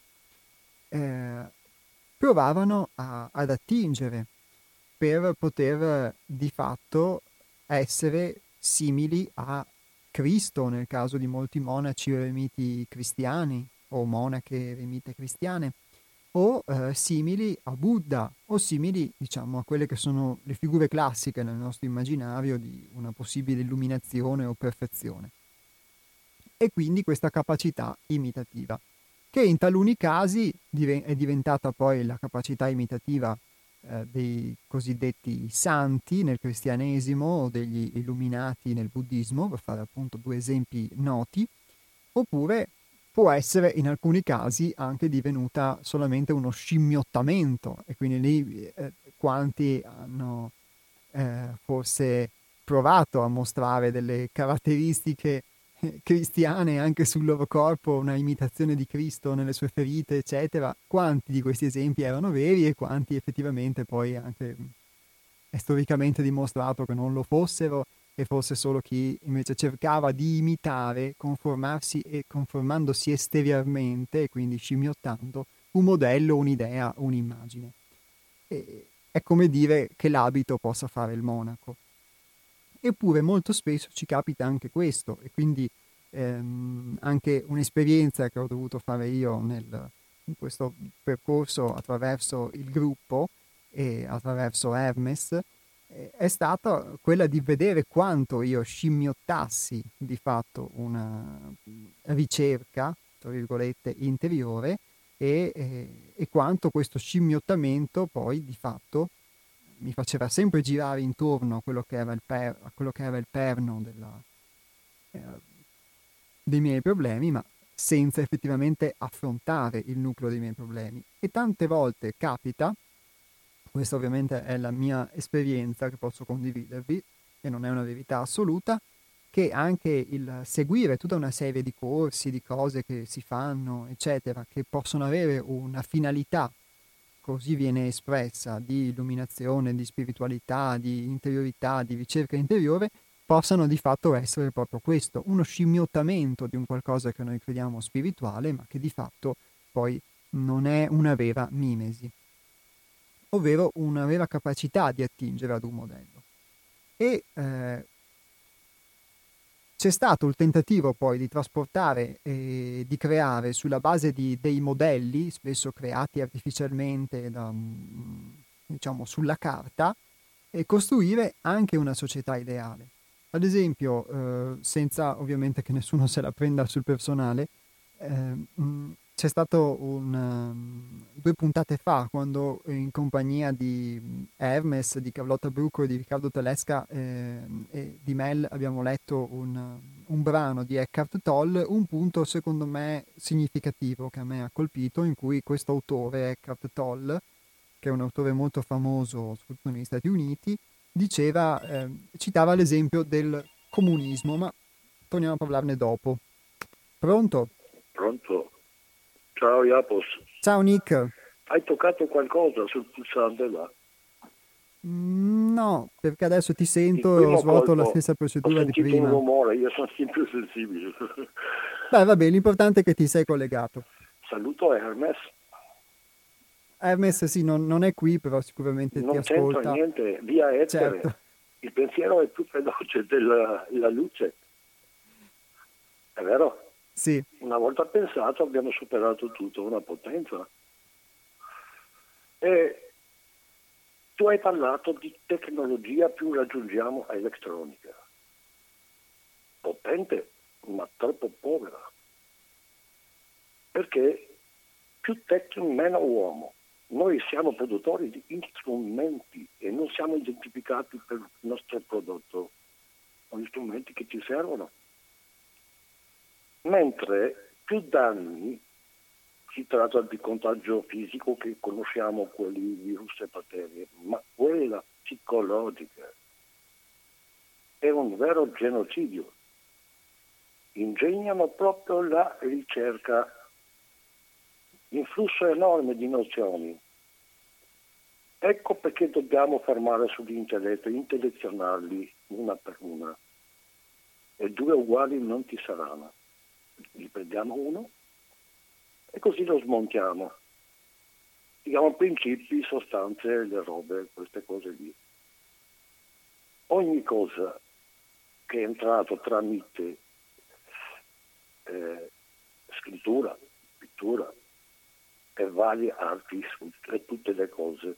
provavano ad attingere per poter di fatto essere simili a Cristo, nel caso di molti monaci o eremiti cristiani o monache eremite cristiane, o simili a Buddha o simili, diciamo, a quelle che sono le figure classiche nel nostro immaginario di una possibile illuminazione o perfezione. E quindi questa capacità imitativa, che in taluni casi è diventata poi la capacità imitativa dei cosiddetti santi nel cristianesimo o degli illuminati nel buddismo, per fare appunto due esempi noti, oppure può essere in alcuni casi anche divenuta solamente uno scimmiottamento, e quindi lì quanti hanno forse provato a mostrare delle caratteristiche cristiane anche sul loro corpo, una imitazione di Cristo nelle sue ferite, eccetera. Quanti di questi esempi erano veri e quanti effettivamente poi anche è storicamente dimostrato che non lo fossero, e fosse solo chi invece cercava di imitare, conformarsi e conformandosi esteriormente, e quindi scimmiottando, un modello, un'idea, un'immagine. E è come dire che l'abito possa fare il monaco. Eppure molto spesso ci capita anche questo, e quindi anche un'esperienza che ho dovuto fare io in questo percorso attraverso il gruppo e attraverso Hermes è stata quella di vedere quanto io scimmiottassi di fatto una ricerca, tra virgolette, interiore, e quanto questo scimmiottamento poi di fatto mi faceva sempre girare intorno a quello che era a quello che era il perno eh, dei miei problemi, ma senza effettivamente affrontare il nucleo dei miei problemi. E tante volte capita, questa ovviamente è la mia esperienza che posso condividervi, e non è una verità assoluta, che anche il seguire tutta una serie di corsi, di cose che si fanno, eccetera, che possono avere una finalità, così viene espressa, di illuminazione, di spiritualità, di interiorità, di ricerca interiore, possano di fatto essere proprio questo, uno scimmiottamento di un qualcosa che noi crediamo spirituale, ma che di fatto poi non è una vera mimesi, ovvero una vera capacità di attingere ad un modello. E c'è stato il tentativo poi di trasportare e di creare sulla base di dei modelli, spesso creati artificialmente diciamo, sulla carta, e costruire anche una società ideale. Ad esempio, senza ovviamente che nessuno se la prenda sul personale, c'è stato 2 puntate fa, quando in compagnia di Hermes, di Carlotta Brucco e di Riccardo Telesca e di Mel abbiamo letto un brano di Eckhart Tolle, un punto secondo me significativo che a me ha colpito, in cui questo autore, Eckhart Tolle, che è un autore molto famoso soprattutto negli Stati Uniti, citava l'esempio del comunismo, ma torniamo a parlarne dopo. Pronto? Pronto? Ciao Iapos. Ciao Nick. Hai toccato qualcosa sul pulsante là? No, perché adesso ti sento e ho svolto la stessa procedura di prima. Ho sentito un rumore, io sono sempre sensibile. Beh, vabbè, l'importante è che ti sei collegato. Saluto Hermes. Hermes sì, non è qui, però sicuramente non ti ascolta. Non c'entra niente, via etere. Certo. Il pensiero è più veloce della luce. È vero? Sì. Una volta pensato abbiamo superato tutto, una potenza. E tu hai parlato di tecnologia, più raggiungiamo elettronica. Potente, ma troppo povera. Perché più tecnico, meno uomo. Noi siamo produttori di strumenti e non siamo identificati per il nostro prodotto. Sono gli strumenti che ci servono. Mentre più danni, si tratta di contagio fisico che conosciamo, quelli virus e batterie, ma quella psicologica è un vero genocidio. Ingegnano proprio la ricerca, influsso enorme di nozioni. Ecco perché dobbiamo fermare sull'intelletto, intellezionarli una per una. E 2 uguali non ti saranno. Li prendiamo uno e così lo smontiamo. Diciamo principi, sostanze, le robe, queste cose lì. Ogni cosa che è entrato tramite scrittura, pittura e varie arti e tutte le cose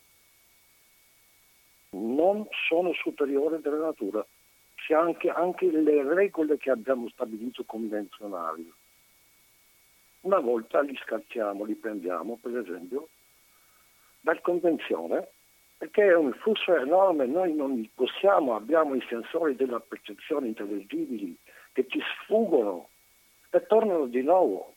non sono superiori della natura. C'è anche le regole che abbiamo stabilito convenzionali. Una volta li scacciamo, li prendiamo, per esempio, dal convenzione perché è un flusso enorme, noi non possiamo, abbiamo i sensori della percezione intelligibili che ci sfuggono e tornano di nuovo.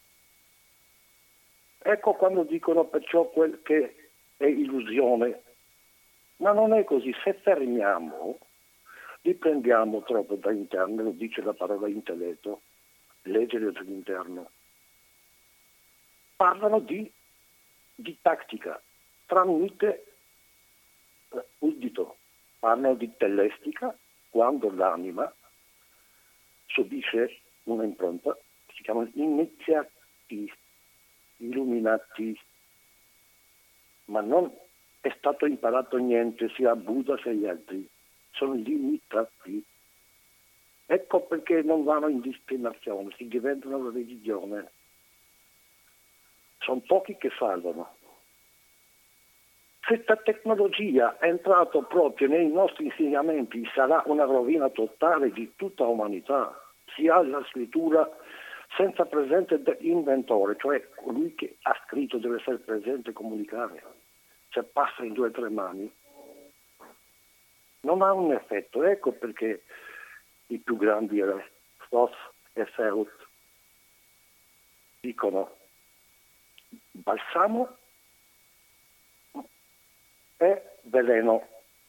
Ecco quando dicono perciò quel che è illusione, ma non è così. Se fermiamo, diprendiamo troppo da interno, lo dice la parola intelletto, leggere dall'interno. Parlano di tattica tramite udito, parlano di telestica quando l'anima subisce una impronta, si chiamano iniziati, illuminati, ma non è stato imparato niente sia a Buddha sia agli altri, sono limitati. Ecco perché non vanno in destinazione, si diventano una religione. Sono pochi che salvano. Questa tecnologia è entrata proprio nei nostri insegnamenti, sarà una rovina totale di tutta l'umanità. Si ha la scrittura senza presente dell'inventore, cioè colui che ha scritto deve essere presente e comunicare. Se passa in 2 o 3 mani non ha un effetto. Ecco perché i più grandi Stoff e Freud dicono balsamo e veleno.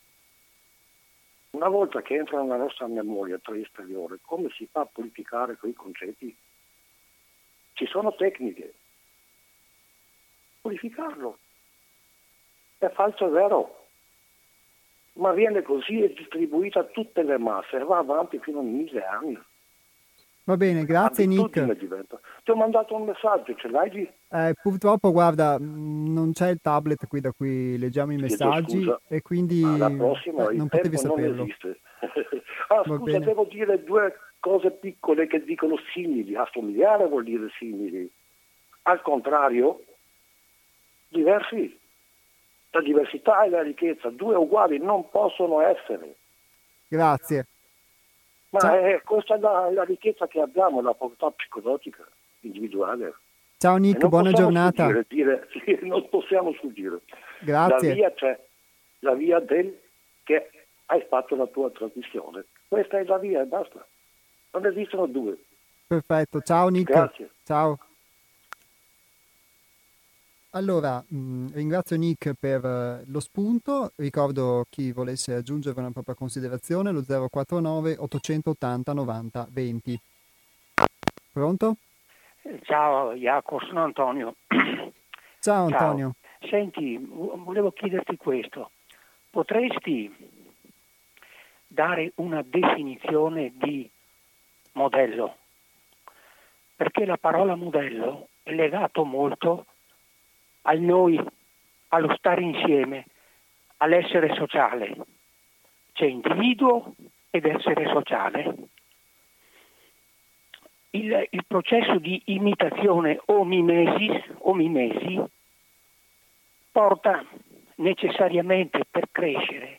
Una volta che entrano nella nostra memoria esteriore, come si fa a purificare quei concetti? Ci sono tecniche. Purificarlo. È falso, è vero, ma viene così e distribuita a tutte le masse e va avanti fino a 1000 anni. Va bene, grazie Nick. Diventa. Ti ho mandato un messaggio, ce l'hai lì? Purtroppo, guarda, non c'è il tablet qui da cui leggiamo i messaggi e quindi la prossima, non potevi saperlo. Non esiste. Scusa, devo dire 2 cose piccole che dicono simili. Assomigliare vuol dire simili. Al contrario, diversi. La diversità e la ricchezza, 2 uguali non possono essere. Grazie. Ma questa è la ricchezza che abbiamo, la povertà psicologica individuale. Ciao Nick, buona giornata. Non possiamo sfuggire. Grazie. La via c'è, la via del che hai fatto la tua trasmissione. Questa è la via e basta. Non esistono 2. Perfetto, ciao Nick. Grazie. Ciao. Allora, ringrazio Nick per lo spunto, ricordo chi volesse aggiungere una propria considerazione, lo 049 880 90 20. Pronto? Ciao Jacopo, sono Antonio. Ciao Antonio. Ciao. Senti, volevo chiederti questo, potresti dare una definizione di modello? Perché la parola modello è legato molto al noi, allo stare insieme, all'essere sociale. C'è individuo ed essere sociale. Il processo di imitazione o mimesi porta necessariamente per crescere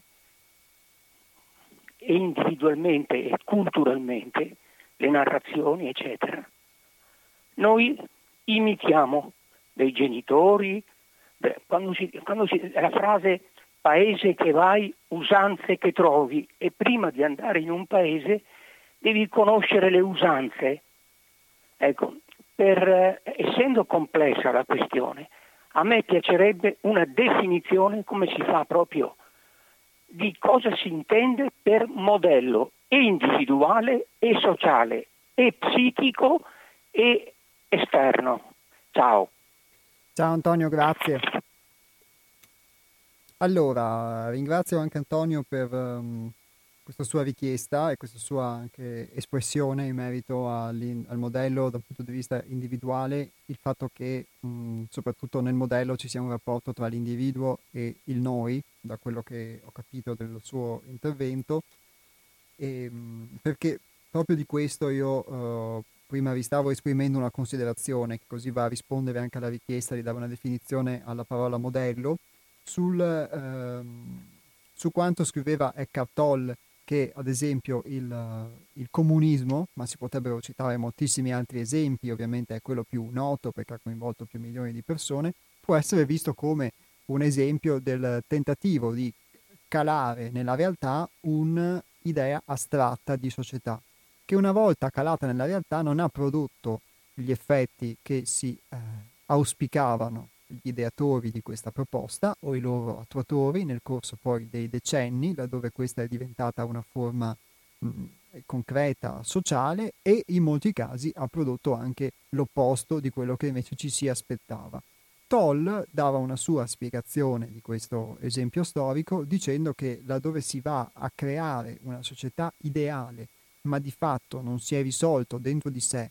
e individualmente e culturalmente le narrazioni, eccetera. Noi imitiamo dei genitori, la frase paese che vai, usanze che trovi, e prima di andare in un paese devi conoscere le usanze. Ecco, essendo complessa la questione, a me piacerebbe una definizione, come si fa proprio, di cosa si intende per modello e individuale e sociale e psichico e esterno. Ciao. Ciao Antonio, grazie. Allora, ringrazio anche Antonio per questa sua richiesta e questa sua anche espressione in merito al modello dal punto di vista individuale, il fatto che soprattutto nel modello ci sia un rapporto tra l'individuo e il noi, da quello che ho capito del suo intervento, perché proprio di questo io prima vi stavo esprimendo una considerazione che così va a rispondere anche alla richiesta di dare una definizione alla parola modello su quanto scriveva Eckhart Tolle, che ad esempio il comunismo, ma si potrebbero citare moltissimi altri esempi, ovviamente è quello più noto perché ha coinvolto più milioni di persone, può essere visto come un esempio del tentativo di calare nella realtà un'idea astratta di società, che una volta calata nella realtà non ha prodotto gli effetti che si auspicavano gli ideatori di questa proposta o i loro attuatori nel corso poi dei decenni, laddove questa è diventata una forma concreta, sociale, e in molti casi ha prodotto anche l'opposto di quello che invece ci si aspettava. Toll dava una sua spiegazione di questo esempio storico dicendo che laddove si va a creare una società ideale, ma di fatto non si è risolto dentro di sé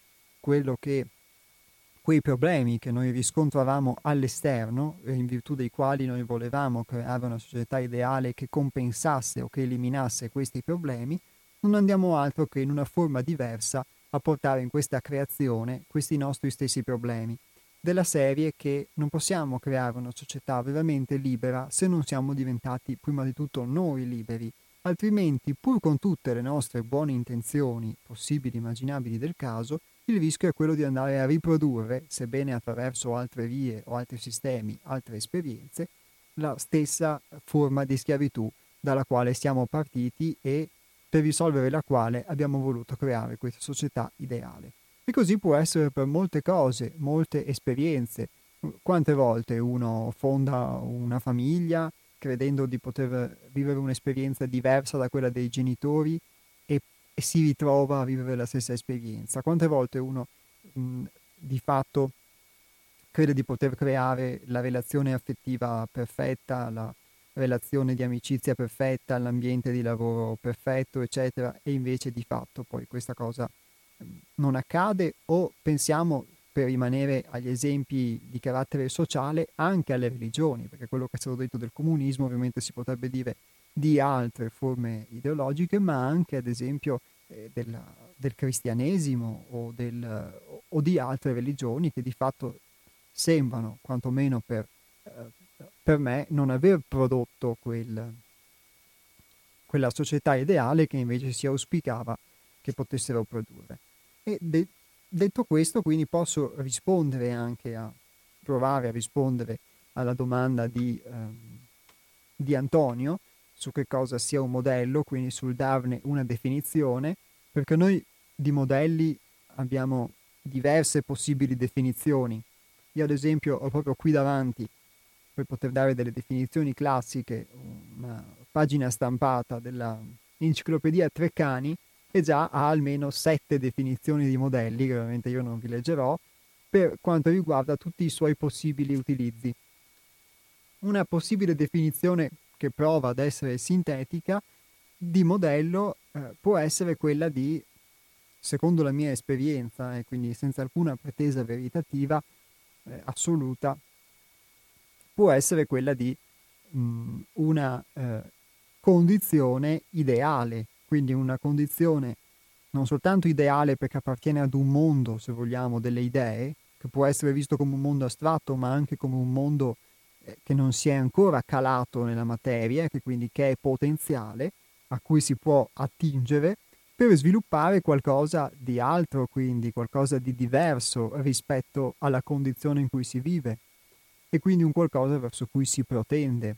quei problemi che noi riscontravamo all'esterno, in virtù dei quali noi volevamo creare una società ideale che compensasse o che eliminasse questi problemi, non andiamo altro che in una forma diversa a portare in questa creazione questi nostri stessi problemi, della serie che non possiamo creare una società veramente libera se non siamo diventati prima di tutto noi liberi, altrimenti, pur con tutte le nostre buone intenzioni possibili, immaginabili del caso, il rischio è quello di andare a riprodurre, sebbene attraverso altre vie o altri sistemi, altre esperienze, la stessa forma di schiavitù dalla quale siamo partiti e per risolvere la quale abbiamo voluto creare questa società ideale. E così può essere per molte cose, molte esperienze. Quante volte uno fonda una famiglia credendo di poter vivere un'esperienza diversa da quella dei genitori e si ritrova a vivere la stessa esperienza? Quante volte uno di fatto crede di poter creare la relazione affettiva perfetta, la relazione di amicizia perfetta, l'ambiente di lavoro perfetto, eccetera, e invece di fatto poi questa cosa non accade, o pensiamo, per rimanere agli esempi di carattere sociale, anche alle religioni, perché quello che è stato detto del comunismo ovviamente si potrebbe dire di altre forme ideologiche, ma anche ad esempio del cristianesimo o di altre religioni che di fatto sembrano, quantomeno per me, non aver prodotto quella società ideale che invece si auspicava che potessero produrre. E detto questo, quindi posso rispondere anche provare a rispondere alla domanda di Antonio su che cosa sia un modello, quindi sul darne una definizione, perché noi di modelli abbiamo diverse possibili definizioni. Io ad esempio ho proprio qui davanti, per poter dare delle definizioni classiche, una pagina stampata della Enciclopedia Treccani, e già ha almeno 7 definizioni di modelli, che ovviamente io non vi leggerò, per quanto riguarda tutti i suoi possibili utilizzi. Una possibile definizione che prova ad essere sintetica di modello può essere quella di, secondo la mia esperienza, e quindi senza alcuna pretesa veritativa assoluta, può essere quella di una condizione ideale, quindi una condizione non soltanto ideale perché appartiene ad un mondo, se vogliamo, delle idee, che può essere visto come un mondo astratto, ma anche come un mondo che non si è ancora calato nella materia, che è potenziale, a cui si può attingere per sviluppare qualcosa di altro, quindi qualcosa di diverso rispetto alla condizione in cui si vive, e quindi un qualcosa verso cui si protende.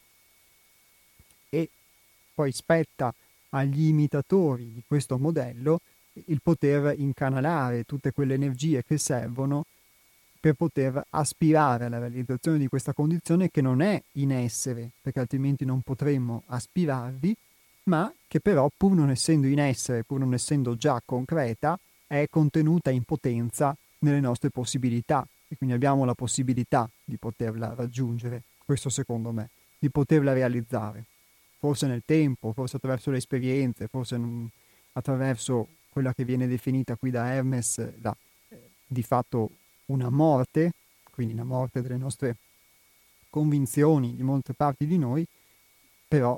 E poi spetta agli imitatori di questo modello il poter incanalare tutte quelle energie che servono per poter aspirare alla realizzazione di questa condizione, che non è in essere, perché altrimenti non potremmo aspirarvi, ma che però, pur non essendo in essere, pur non essendo già concreta, è contenuta in potenza nelle nostre possibilità, e quindi abbiamo la possibilità di poterla raggiungere, questo secondo me, di poterla realizzare. Forse nel tempo, forse attraverso le esperienze, forse attraverso quella che viene definita qui da Hermes di fatto una morte, quindi la morte delle nostre convinzioni di molte parti di noi, però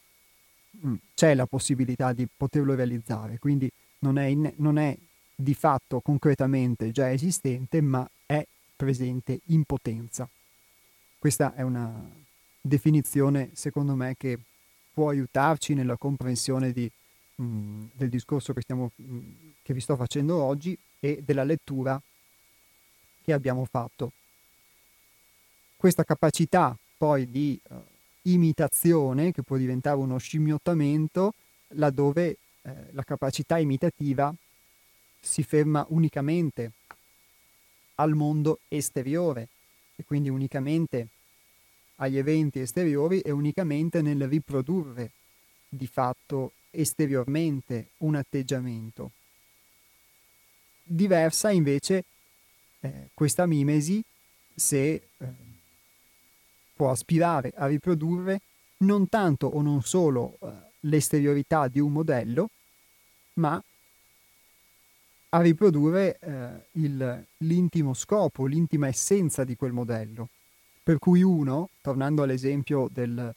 c'è la possibilità di poterlo realizzare, quindi non è di fatto concretamente già esistente, ma è presente in potenza. Questa è una definizione, secondo me, che può aiutarci nella comprensione del discorso che vi sto facendo oggi e della lettura che abbiamo fatto. Questa capacità poi di imitazione, che può diventare uno scimmiottamento, laddove la capacità imitativa si ferma unicamente al mondo esteriore e quindi unicamente agli eventi esteriori e unicamente nel riprodurre di fatto esteriormente un atteggiamento. Diversa invece questa mimesi se può aspirare a riprodurre non tanto o non solo l'esteriorità di un modello, ma a riprodurre l'intimo scopo, l'intima essenza di quel modello. Per cui uno, tornando all'esempio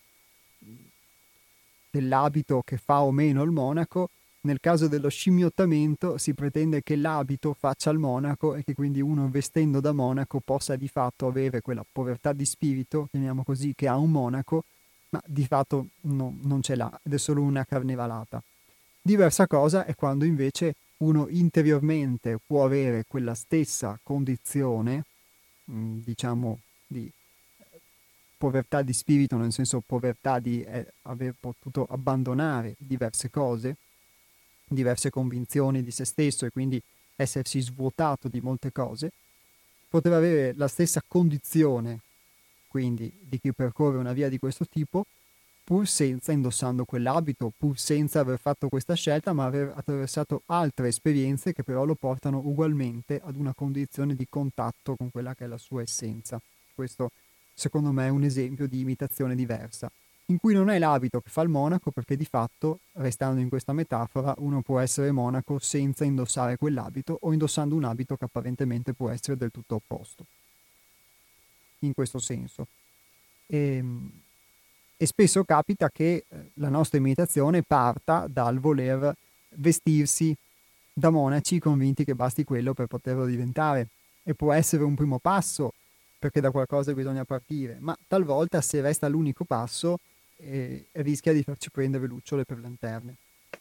dell'abito che fa o meno il monaco, nel caso dello scimmiottamento si pretende che l'abito faccia il monaco e che quindi uno vestendo da monaco possa di fatto avere quella povertà di spirito, chiamiamo così, che ha un monaco, ma di fatto non ce l'ha ed è solo una carnevalata. Diversa cosa è quando invece uno interiormente può avere quella stessa condizione, diciamo, di povertà di spirito, nel senso povertà di aver potuto abbandonare diverse cose, diverse convinzioni di se stesso e quindi essersi svuotato di molte cose, poteva avere la stessa condizione, quindi, di chi percorre una via di questo tipo, pur senza indossando quell'abito, pur senza aver fatto questa scelta, ma aver attraversato altre esperienze che però lo portano ugualmente ad una condizione di contatto con quella che è la sua essenza. Questo, secondo me, è un esempio di imitazione diversa, in cui non è l'abito che fa il monaco, perché di fatto, restando in questa metafora, uno può essere monaco senza indossare quell'abito o indossando un abito che apparentemente può essere del tutto opposto. In questo senso. E spesso capita che la nostra imitazione parta dal voler vestirsi da monaci convinti che basti quello per poterlo diventare. E può essere un primo passo, perché da qualcosa bisogna partire, ma talvolta se resta l'unico passo rischia di farci prendere lucciole per lanterne.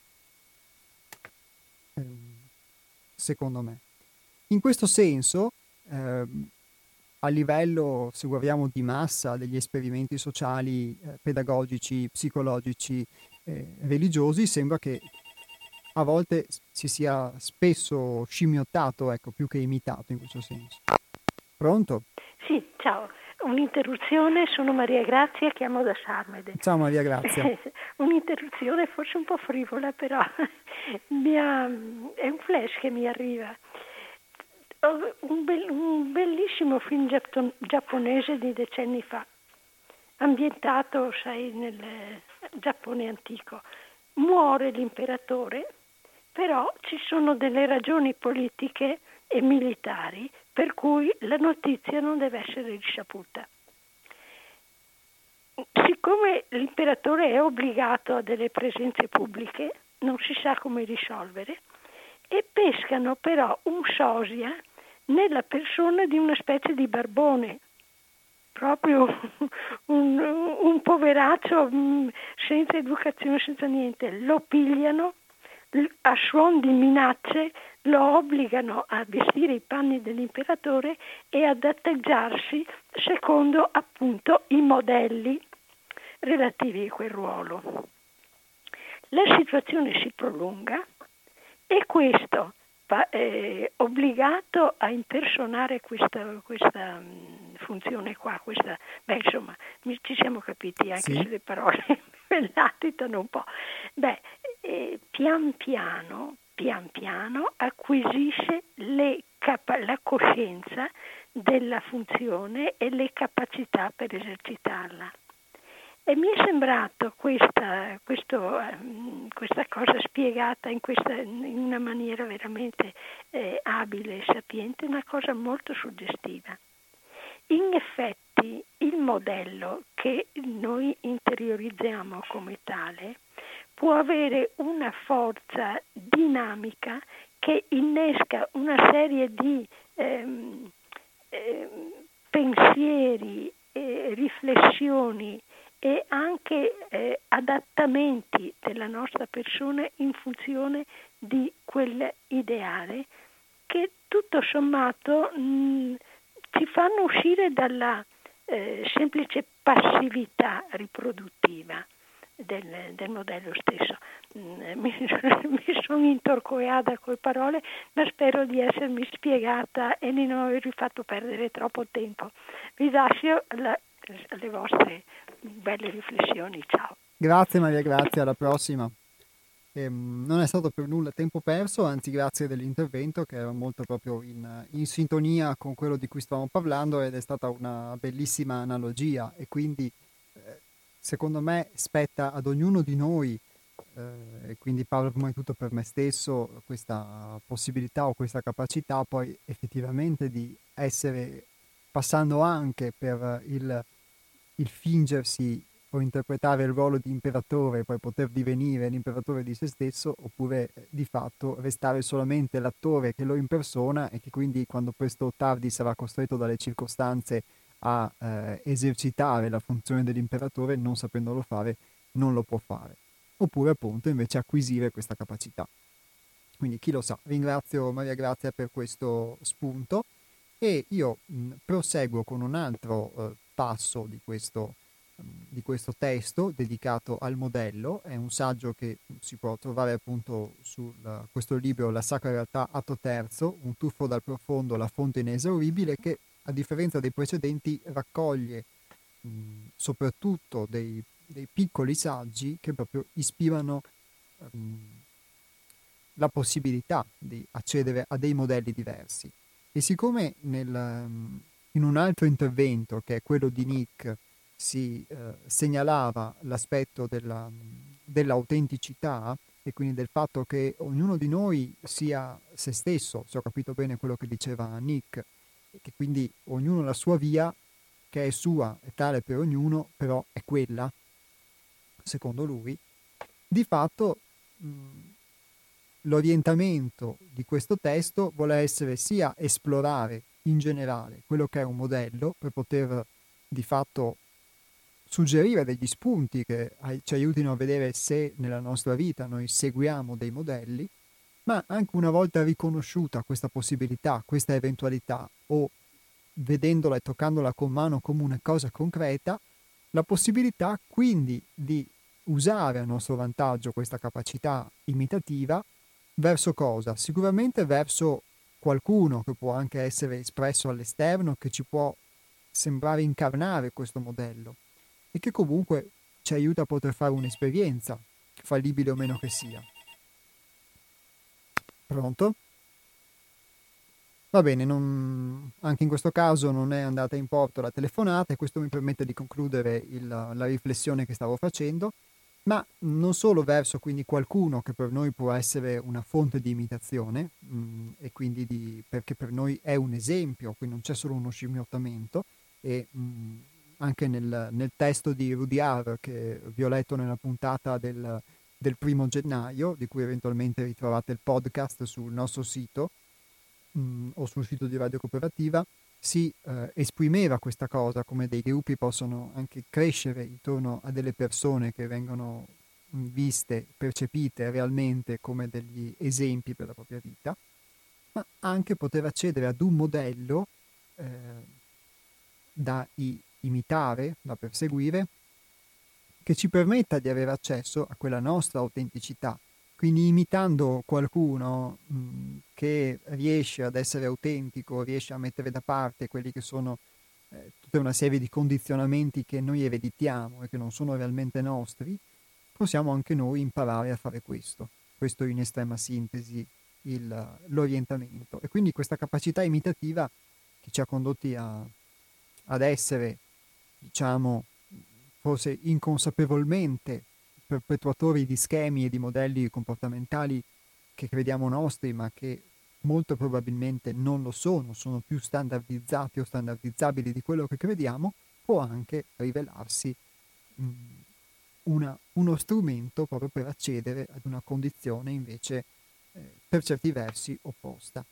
Secondo me. In questo senso, a livello, se guardiamo di massa, degli esperimenti sociali, pedagogici, psicologici, religiosi, sembra che a volte si sia spesso scimmiottato, ecco, più che imitato in questo senso. Pronto? Sì, ciao. Un'interruzione, sono Maria Grazia, chiamo da Sarmede. Ciao Maria Grazia. Un'interruzione forse un po' frivola, però è un flash che mi arriva. Un bellissimo film giapponese di decenni fa, ambientato, sai, nel Giappone antico. Muore l'imperatore, però ci sono delle ragioni politiche e militari per cui la notizia non deve essere risaputa. Siccome l'imperatore è obbligato a delle presenze pubbliche, non si sa come risolvere, e pescano però un sosia nella persona di una specie di barbone, proprio un poveraccio senza educazione, senza niente. Lo pigliano, a suon di minacce lo obbligano a vestire i panni dell'imperatore e ad atteggiarsi secondo appunto i modelli relativi a quel ruolo. La situazione si prolunga e questo obbligato a impersonare questa funzione qua, insomma, ci siamo capiti anche se le parole me latitano un po'. Pian piano acquisisce la coscienza della funzione e le capacità per esercitarla. E mi è sembrato questa cosa spiegata in una maniera veramente abile e sapiente, una cosa molto suggestiva. In effetti il modello che noi interiorizziamo come tale può avere una forza dinamica che innesca una serie di pensieri, riflessioni e anche adattamenti della nostra persona in funzione di quell'ideale che tutto sommato ci fanno uscire semplice passività riproduttiva del modello stesso. Mi sono intorcoiata con le parole, ma spero di essermi spiegata e di non avervi fatto perdere troppo tempo. Vi lascio alle vostre belle riflessioni. Ciao. Grazie Maria Grazia, alla prossima. Non è stato per nulla tempo perso, anzi grazie dell'intervento che era molto proprio in sintonia con quello di cui stavamo parlando, ed è stata una bellissima analogia, e quindi secondo me spetta ad ognuno di noi, e quindi parlo prima di tutto per me stesso, questa possibilità o questa capacità poi effettivamente di essere, passando anche per il fingersi o interpretare il ruolo di imperatore, poi poter divenire l'imperatore di se stesso, oppure di fatto restare solamente l'attore che lo impersona e che quindi quando presto o tardi sarà costretto dalle circostanze a esercitare la funzione dell'imperatore, non sapendolo fare, non lo può fare. Oppure appunto invece acquisire questa capacità. Quindi chi lo sa. Ringrazio Maria Grazia per questo spunto, e io proseguo con un altro passo di questo testo dedicato al modello. È un saggio che si può trovare appunto su questo libro La Sacra Realtà, atto terzo, Un tuffo dal profondo, la fonte inesauribile, che a differenza dei precedenti raccoglie soprattutto dei piccoli saggi che proprio ispirano la possibilità di accedere a dei modelli diversi. E siccome in un altro intervento, che è quello di Nick, si segnalava l'aspetto dell'autenticità, e quindi del fatto che ognuno di noi sia se stesso, se ho capito bene quello che diceva Nick, e che quindi ognuno la sua via, che è sua, è tale per ognuno, però è quella, secondo lui, di fatto l'orientamento di questo testo vuole essere sia esplorare in generale quello che è un modello, per poter di fatto suggerire degli spunti che ci aiutino a vedere se nella nostra vita noi seguiamo dei modelli, ma anche una volta riconosciuta questa possibilità, questa eventualità, o vedendola e toccandola con mano come una cosa concreta, la possibilità quindi di usare a nostro vantaggio questa capacità imitativa verso cosa? Sicuramente verso qualcuno che può anche essere espresso all'esterno, che ci può sembrare incarnare questo modello e che comunque ci aiuta a poter fare un'esperienza, fallibile o meno che sia. Pronto? Va bene, anche in questo caso non è andata in porto la telefonata, e questo mi permette di concludere la riflessione che stavo facendo, ma non solo verso quindi qualcuno che per noi può essere una fonte di imitazione, e quindi perché per noi è un esempio, quindi non c'è solo uno scimmiottamento, e anche nel testo di Rudyard che vi ho letto nella puntata del 1 gennaio, di cui eventualmente ritrovate il podcast sul nostro sito, o sul sito di Radio Cooperativa, si esprimeva questa cosa, come dei gruppi possono anche crescere intorno a delle persone che vengono viste, percepite realmente come degli esempi per la propria vita, ma anche poter accedere ad un modello da imitare, da perseguire, che ci permetta di avere accesso a quella nostra autenticità. Quindi imitando qualcuno che riesce ad essere autentico, riesce a mettere da parte quelli che sono tutta una serie di condizionamenti che noi ereditiamo e che non sono realmente nostri, possiamo anche noi imparare a fare questo. Questo in estrema sintesi l'orientamento. E quindi questa capacità imitativa che ci ha condotti ad essere, diciamo, forse inconsapevolmente perpetuatori di schemi e di modelli comportamentali che crediamo nostri, ma che molto probabilmente non lo sono più standardizzati o standardizzabili di quello che crediamo, può anche rivelarsi uno strumento proprio per accedere ad una condizione invece per certi versi opposta.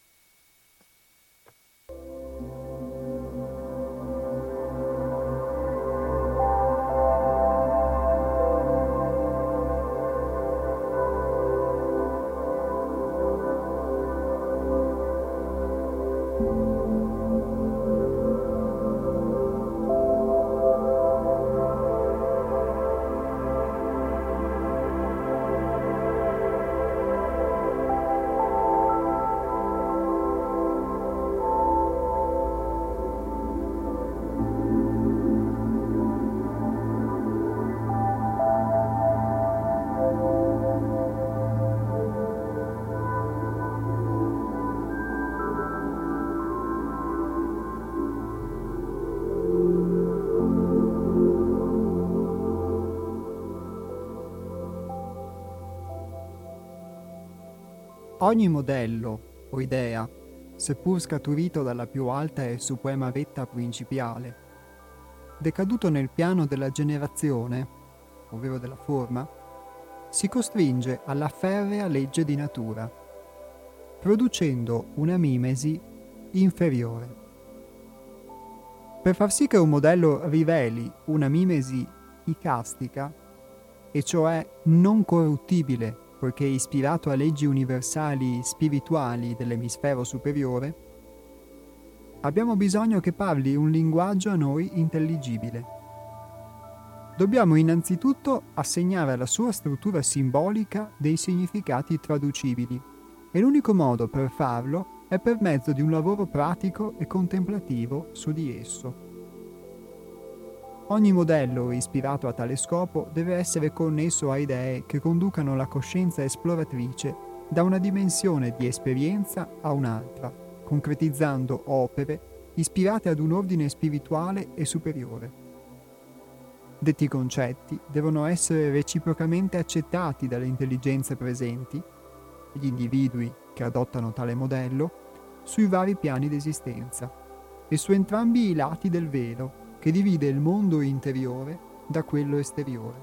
Ogni modello o idea, seppur scaturito dalla più alta e suprema vetta principiale, decaduto nel piano della generazione, ovvero della forma, si costringe alla ferrea legge di natura, producendo una mimesi inferiore. Per far sì che un modello riveli una mimesi icastica, e cioè non corruttibile poiché ispirato a leggi universali spirituali dell'emisfero superiore, abbiamo bisogno che parli un linguaggio a noi intelligibile. Dobbiamo innanzitutto assegnare alla sua struttura simbolica dei significati traducibili, e l'unico modo per farlo è per mezzo di un lavoro pratico e contemplativo su di esso. Ogni modello ispirato a tale scopo deve essere connesso a idee che conducano la coscienza esploratrice da una dimensione di esperienza a un'altra, concretizzando opere ispirate ad un ordine spirituale e superiore. Detti concetti devono essere reciprocamente accettati dalle intelligenze presenti, gli individui che adottano tale modello, sui vari piani d'esistenza e su entrambi i lati del velo che divide il mondo interiore da quello esteriore.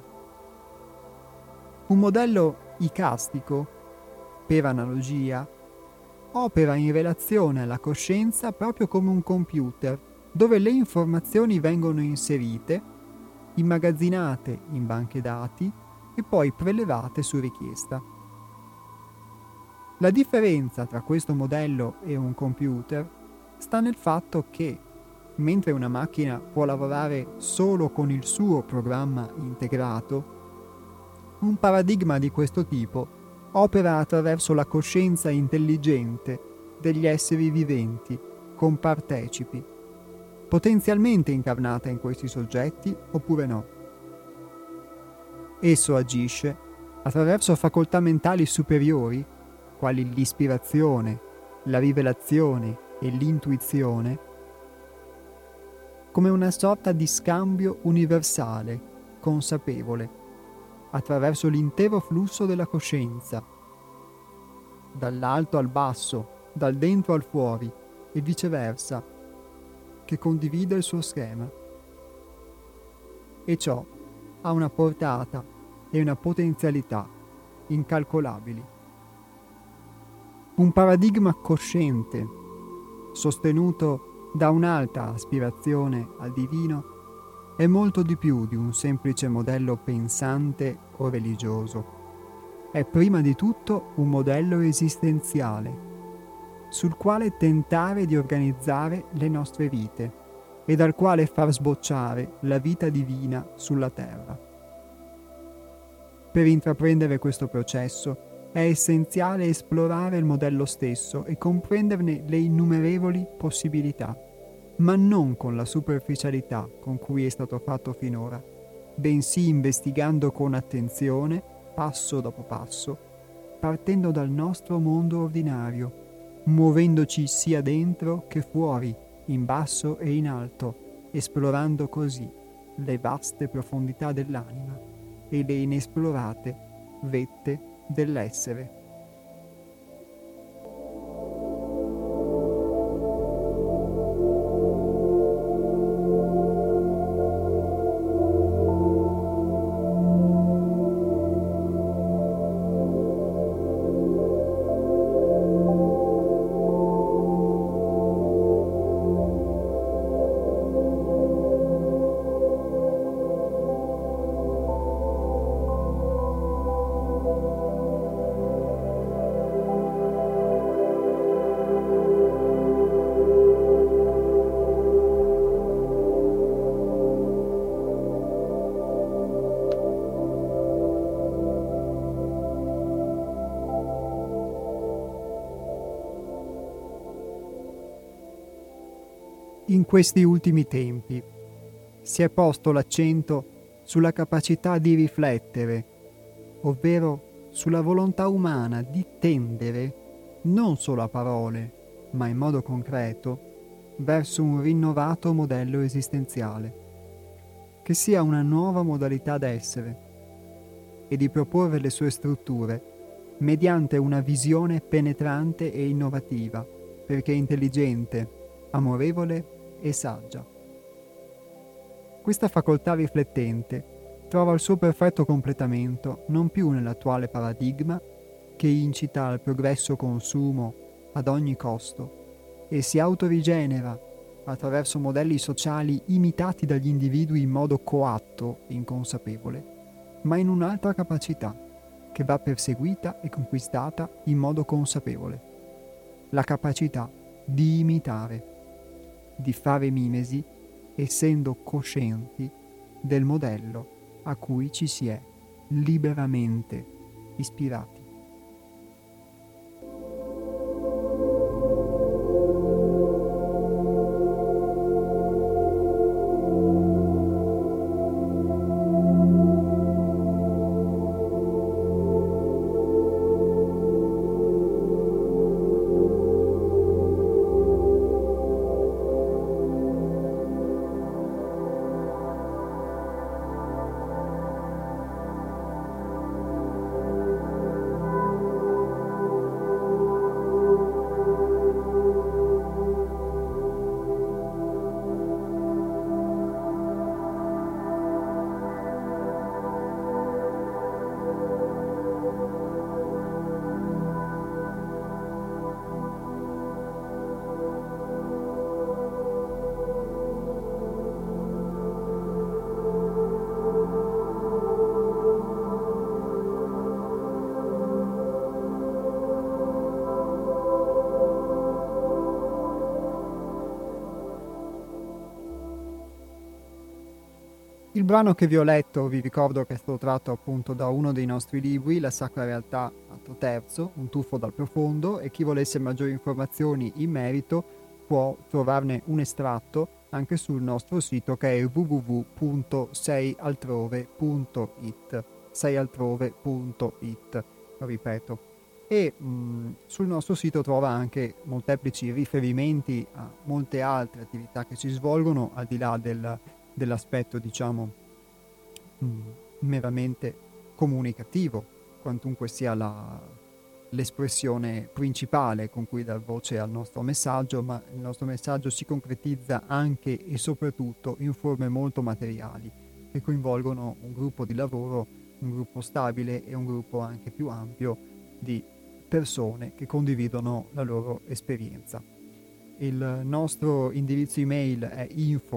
Un modello icastico, per analogia, opera in relazione alla coscienza proprio come un computer, dove le informazioni vengono inserite, immagazzinate in banche dati e poi prelevate su richiesta. La differenza tra questo modello e un computer sta nel fatto che, mentre una macchina può lavorare solo con il suo programma integrato, un paradigma di questo tipo opera attraverso la coscienza intelligente degli esseri viventi, compartecipi, potenzialmente incarnata in questi soggetti oppure no. Esso agisce attraverso facoltà mentali superiori, quali l'ispirazione, la rivelazione e l'intuizione, come una sorta di scambio universale, consapevole, attraverso l'intero flusso della coscienza, dall'alto al basso, dal dentro al fuori e viceversa, che condivide il suo schema. E ciò ha una portata e una potenzialità incalcolabili. Un paradigma cosciente, sostenuto da un'alta aspirazione al divino, è molto di più di un semplice modello pensante o religioso. È prima di tutto un modello esistenziale, sul quale tentare di organizzare le nostre vite e dal quale far sbocciare la vita divina sulla terra. Per intraprendere questo processo è essenziale esplorare il modello stesso e comprenderne le innumerevoli possibilità, ma non con la superficialità con cui è stato fatto finora, bensì investigando con attenzione, passo dopo passo, partendo dal nostro mondo ordinario, muovendoci sia dentro che fuori, in basso e in alto, esplorando così le vaste profondità dell'anima e le inesplorate vette dell'essere. In questi ultimi tempi si è posto l'accento sulla capacità di riflettere, ovvero sulla volontà umana di tendere, non solo a parole, ma in modo concreto, verso un rinnovato modello esistenziale, che sia una nuova modalità d'essere, e di proporre le sue strutture mediante una visione penetrante e innovativa, perché intelligente, amorevole e saggia. Questa facoltà riflettente trova il suo perfetto completamento non più nell'attuale paradigma che incita al progresso consumo ad ogni costo e si autorigenera attraverso modelli sociali imitati dagli individui in modo coatto e inconsapevole, ma in un'altra capacità che va perseguita e conquistata in modo consapevole, la capacità di imitare, di fare mimesi, essendo coscienti del modello a cui ci si è liberamente ispirati. Il brano che vi ho letto, vi ricordo che è stato tratto appunto da uno dei nostri libri, La Sacra Realtà, atto terzo, Un tuffo dal profondo, e chi volesse maggiori informazioni in merito può trovarne un estratto anche sul nostro sito, che è www.seialtrove.it, seialtrove.it, lo ripeto. E sul nostro sito trova anche molteplici riferimenti a molte altre attività che si svolgono al di là dell'aspetto, diciamo, meramente comunicativo, quantunque sia l'espressione principale con cui dar voce al nostro messaggio, ma il nostro messaggio si concretizza anche e soprattutto in forme molto materiali, che coinvolgono un gruppo di lavoro, un gruppo stabile e un gruppo anche più ampio di persone che condividono la loro esperienza. Il nostro indirizzo email è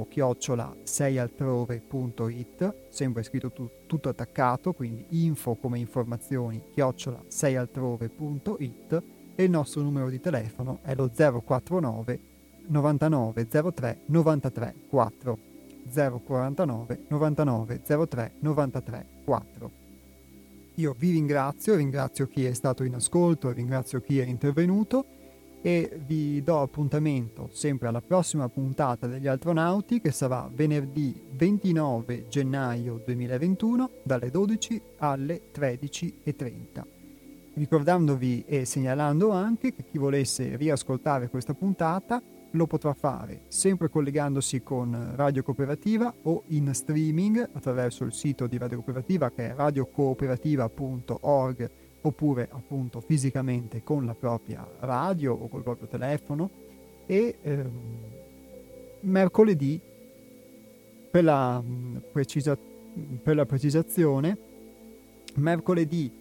info@seialtrove.it, sempre scritto tutto attaccato, quindi info come informazioni @seialtrove.it, e il nostro numero di telefono è lo 049 99 03 93 4, 049 99 03 93 4. Io vi ringrazio chi è stato in ascolto, ringrazio chi è intervenuto, e vi do appuntamento sempre alla prossima puntata degli Altronauti, che sarà venerdì 29 gennaio 2021 dalle 12 alle 13:30. Ricordandovi e segnalando anche che chi volesse riascoltare questa puntata lo potrà fare sempre collegandosi con Radio Cooperativa o in streaming attraverso il sito di Radio Cooperativa, che è radiocooperativa.org, oppure appunto fisicamente con la propria radio o col proprio telefono. E mercoledì, per la precisazione, mercoledì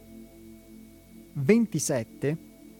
27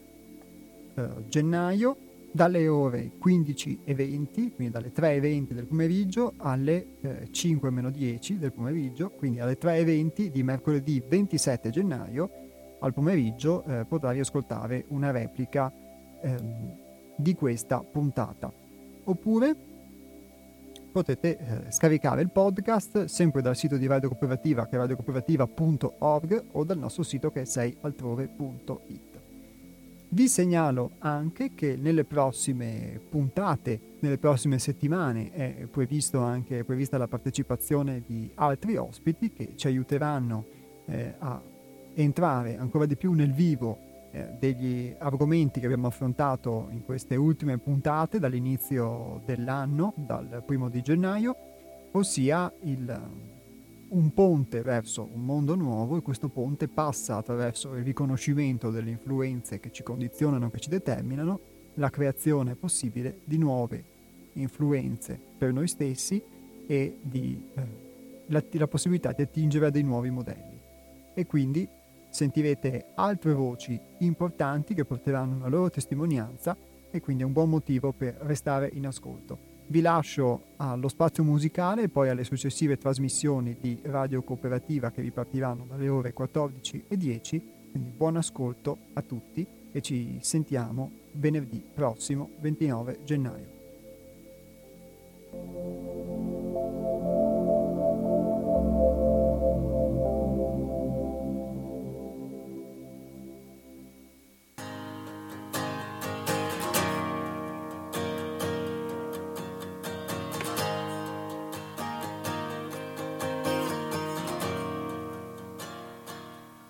gennaio dalle ore 15:20, quindi dalle 3:20 del pomeriggio alle 5:10 del pomeriggio, quindi alle 3:20 di mercoledì 27 gennaio al pomeriggio potrà riascoltare una replica di questa puntata. Oppure potete scaricare il podcast sempre dal sito di Radio Cooperativa, che è radiocooperativa.org, o dal nostro sito, che è seialtrove.it. Vi segnalo anche che nelle prossime puntate, nelle prossime settimane, è prevista la partecipazione di altri ospiti che ci aiuteranno a entrare ancora di più nel vivo degli argomenti che abbiamo affrontato in queste ultime puntate dall'inizio dell'anno, dal 1° di gennaio, ossia un ponte verso un mondo nuovo, e questo ponte passa attraverso il riconoscimento delle influenze che ci condizionano, che ci determinano, la creazione possibile di nuove influenze per noi stessi e la possibilità di attingere a dei nuovi modelli. E quindi sentirete altre voci importanti che porteranno una loro testimonianza, e quindi è un buon motivo per restare in ascolto. Vi lascio allo spazio musicale e poi alle successive trasmissioni di Radio Cooperativa che vi partiranno dalle ore 14:10, quindi buon ascolto a tutti e ci sentiamo venerdì prossimo 29 gennaio.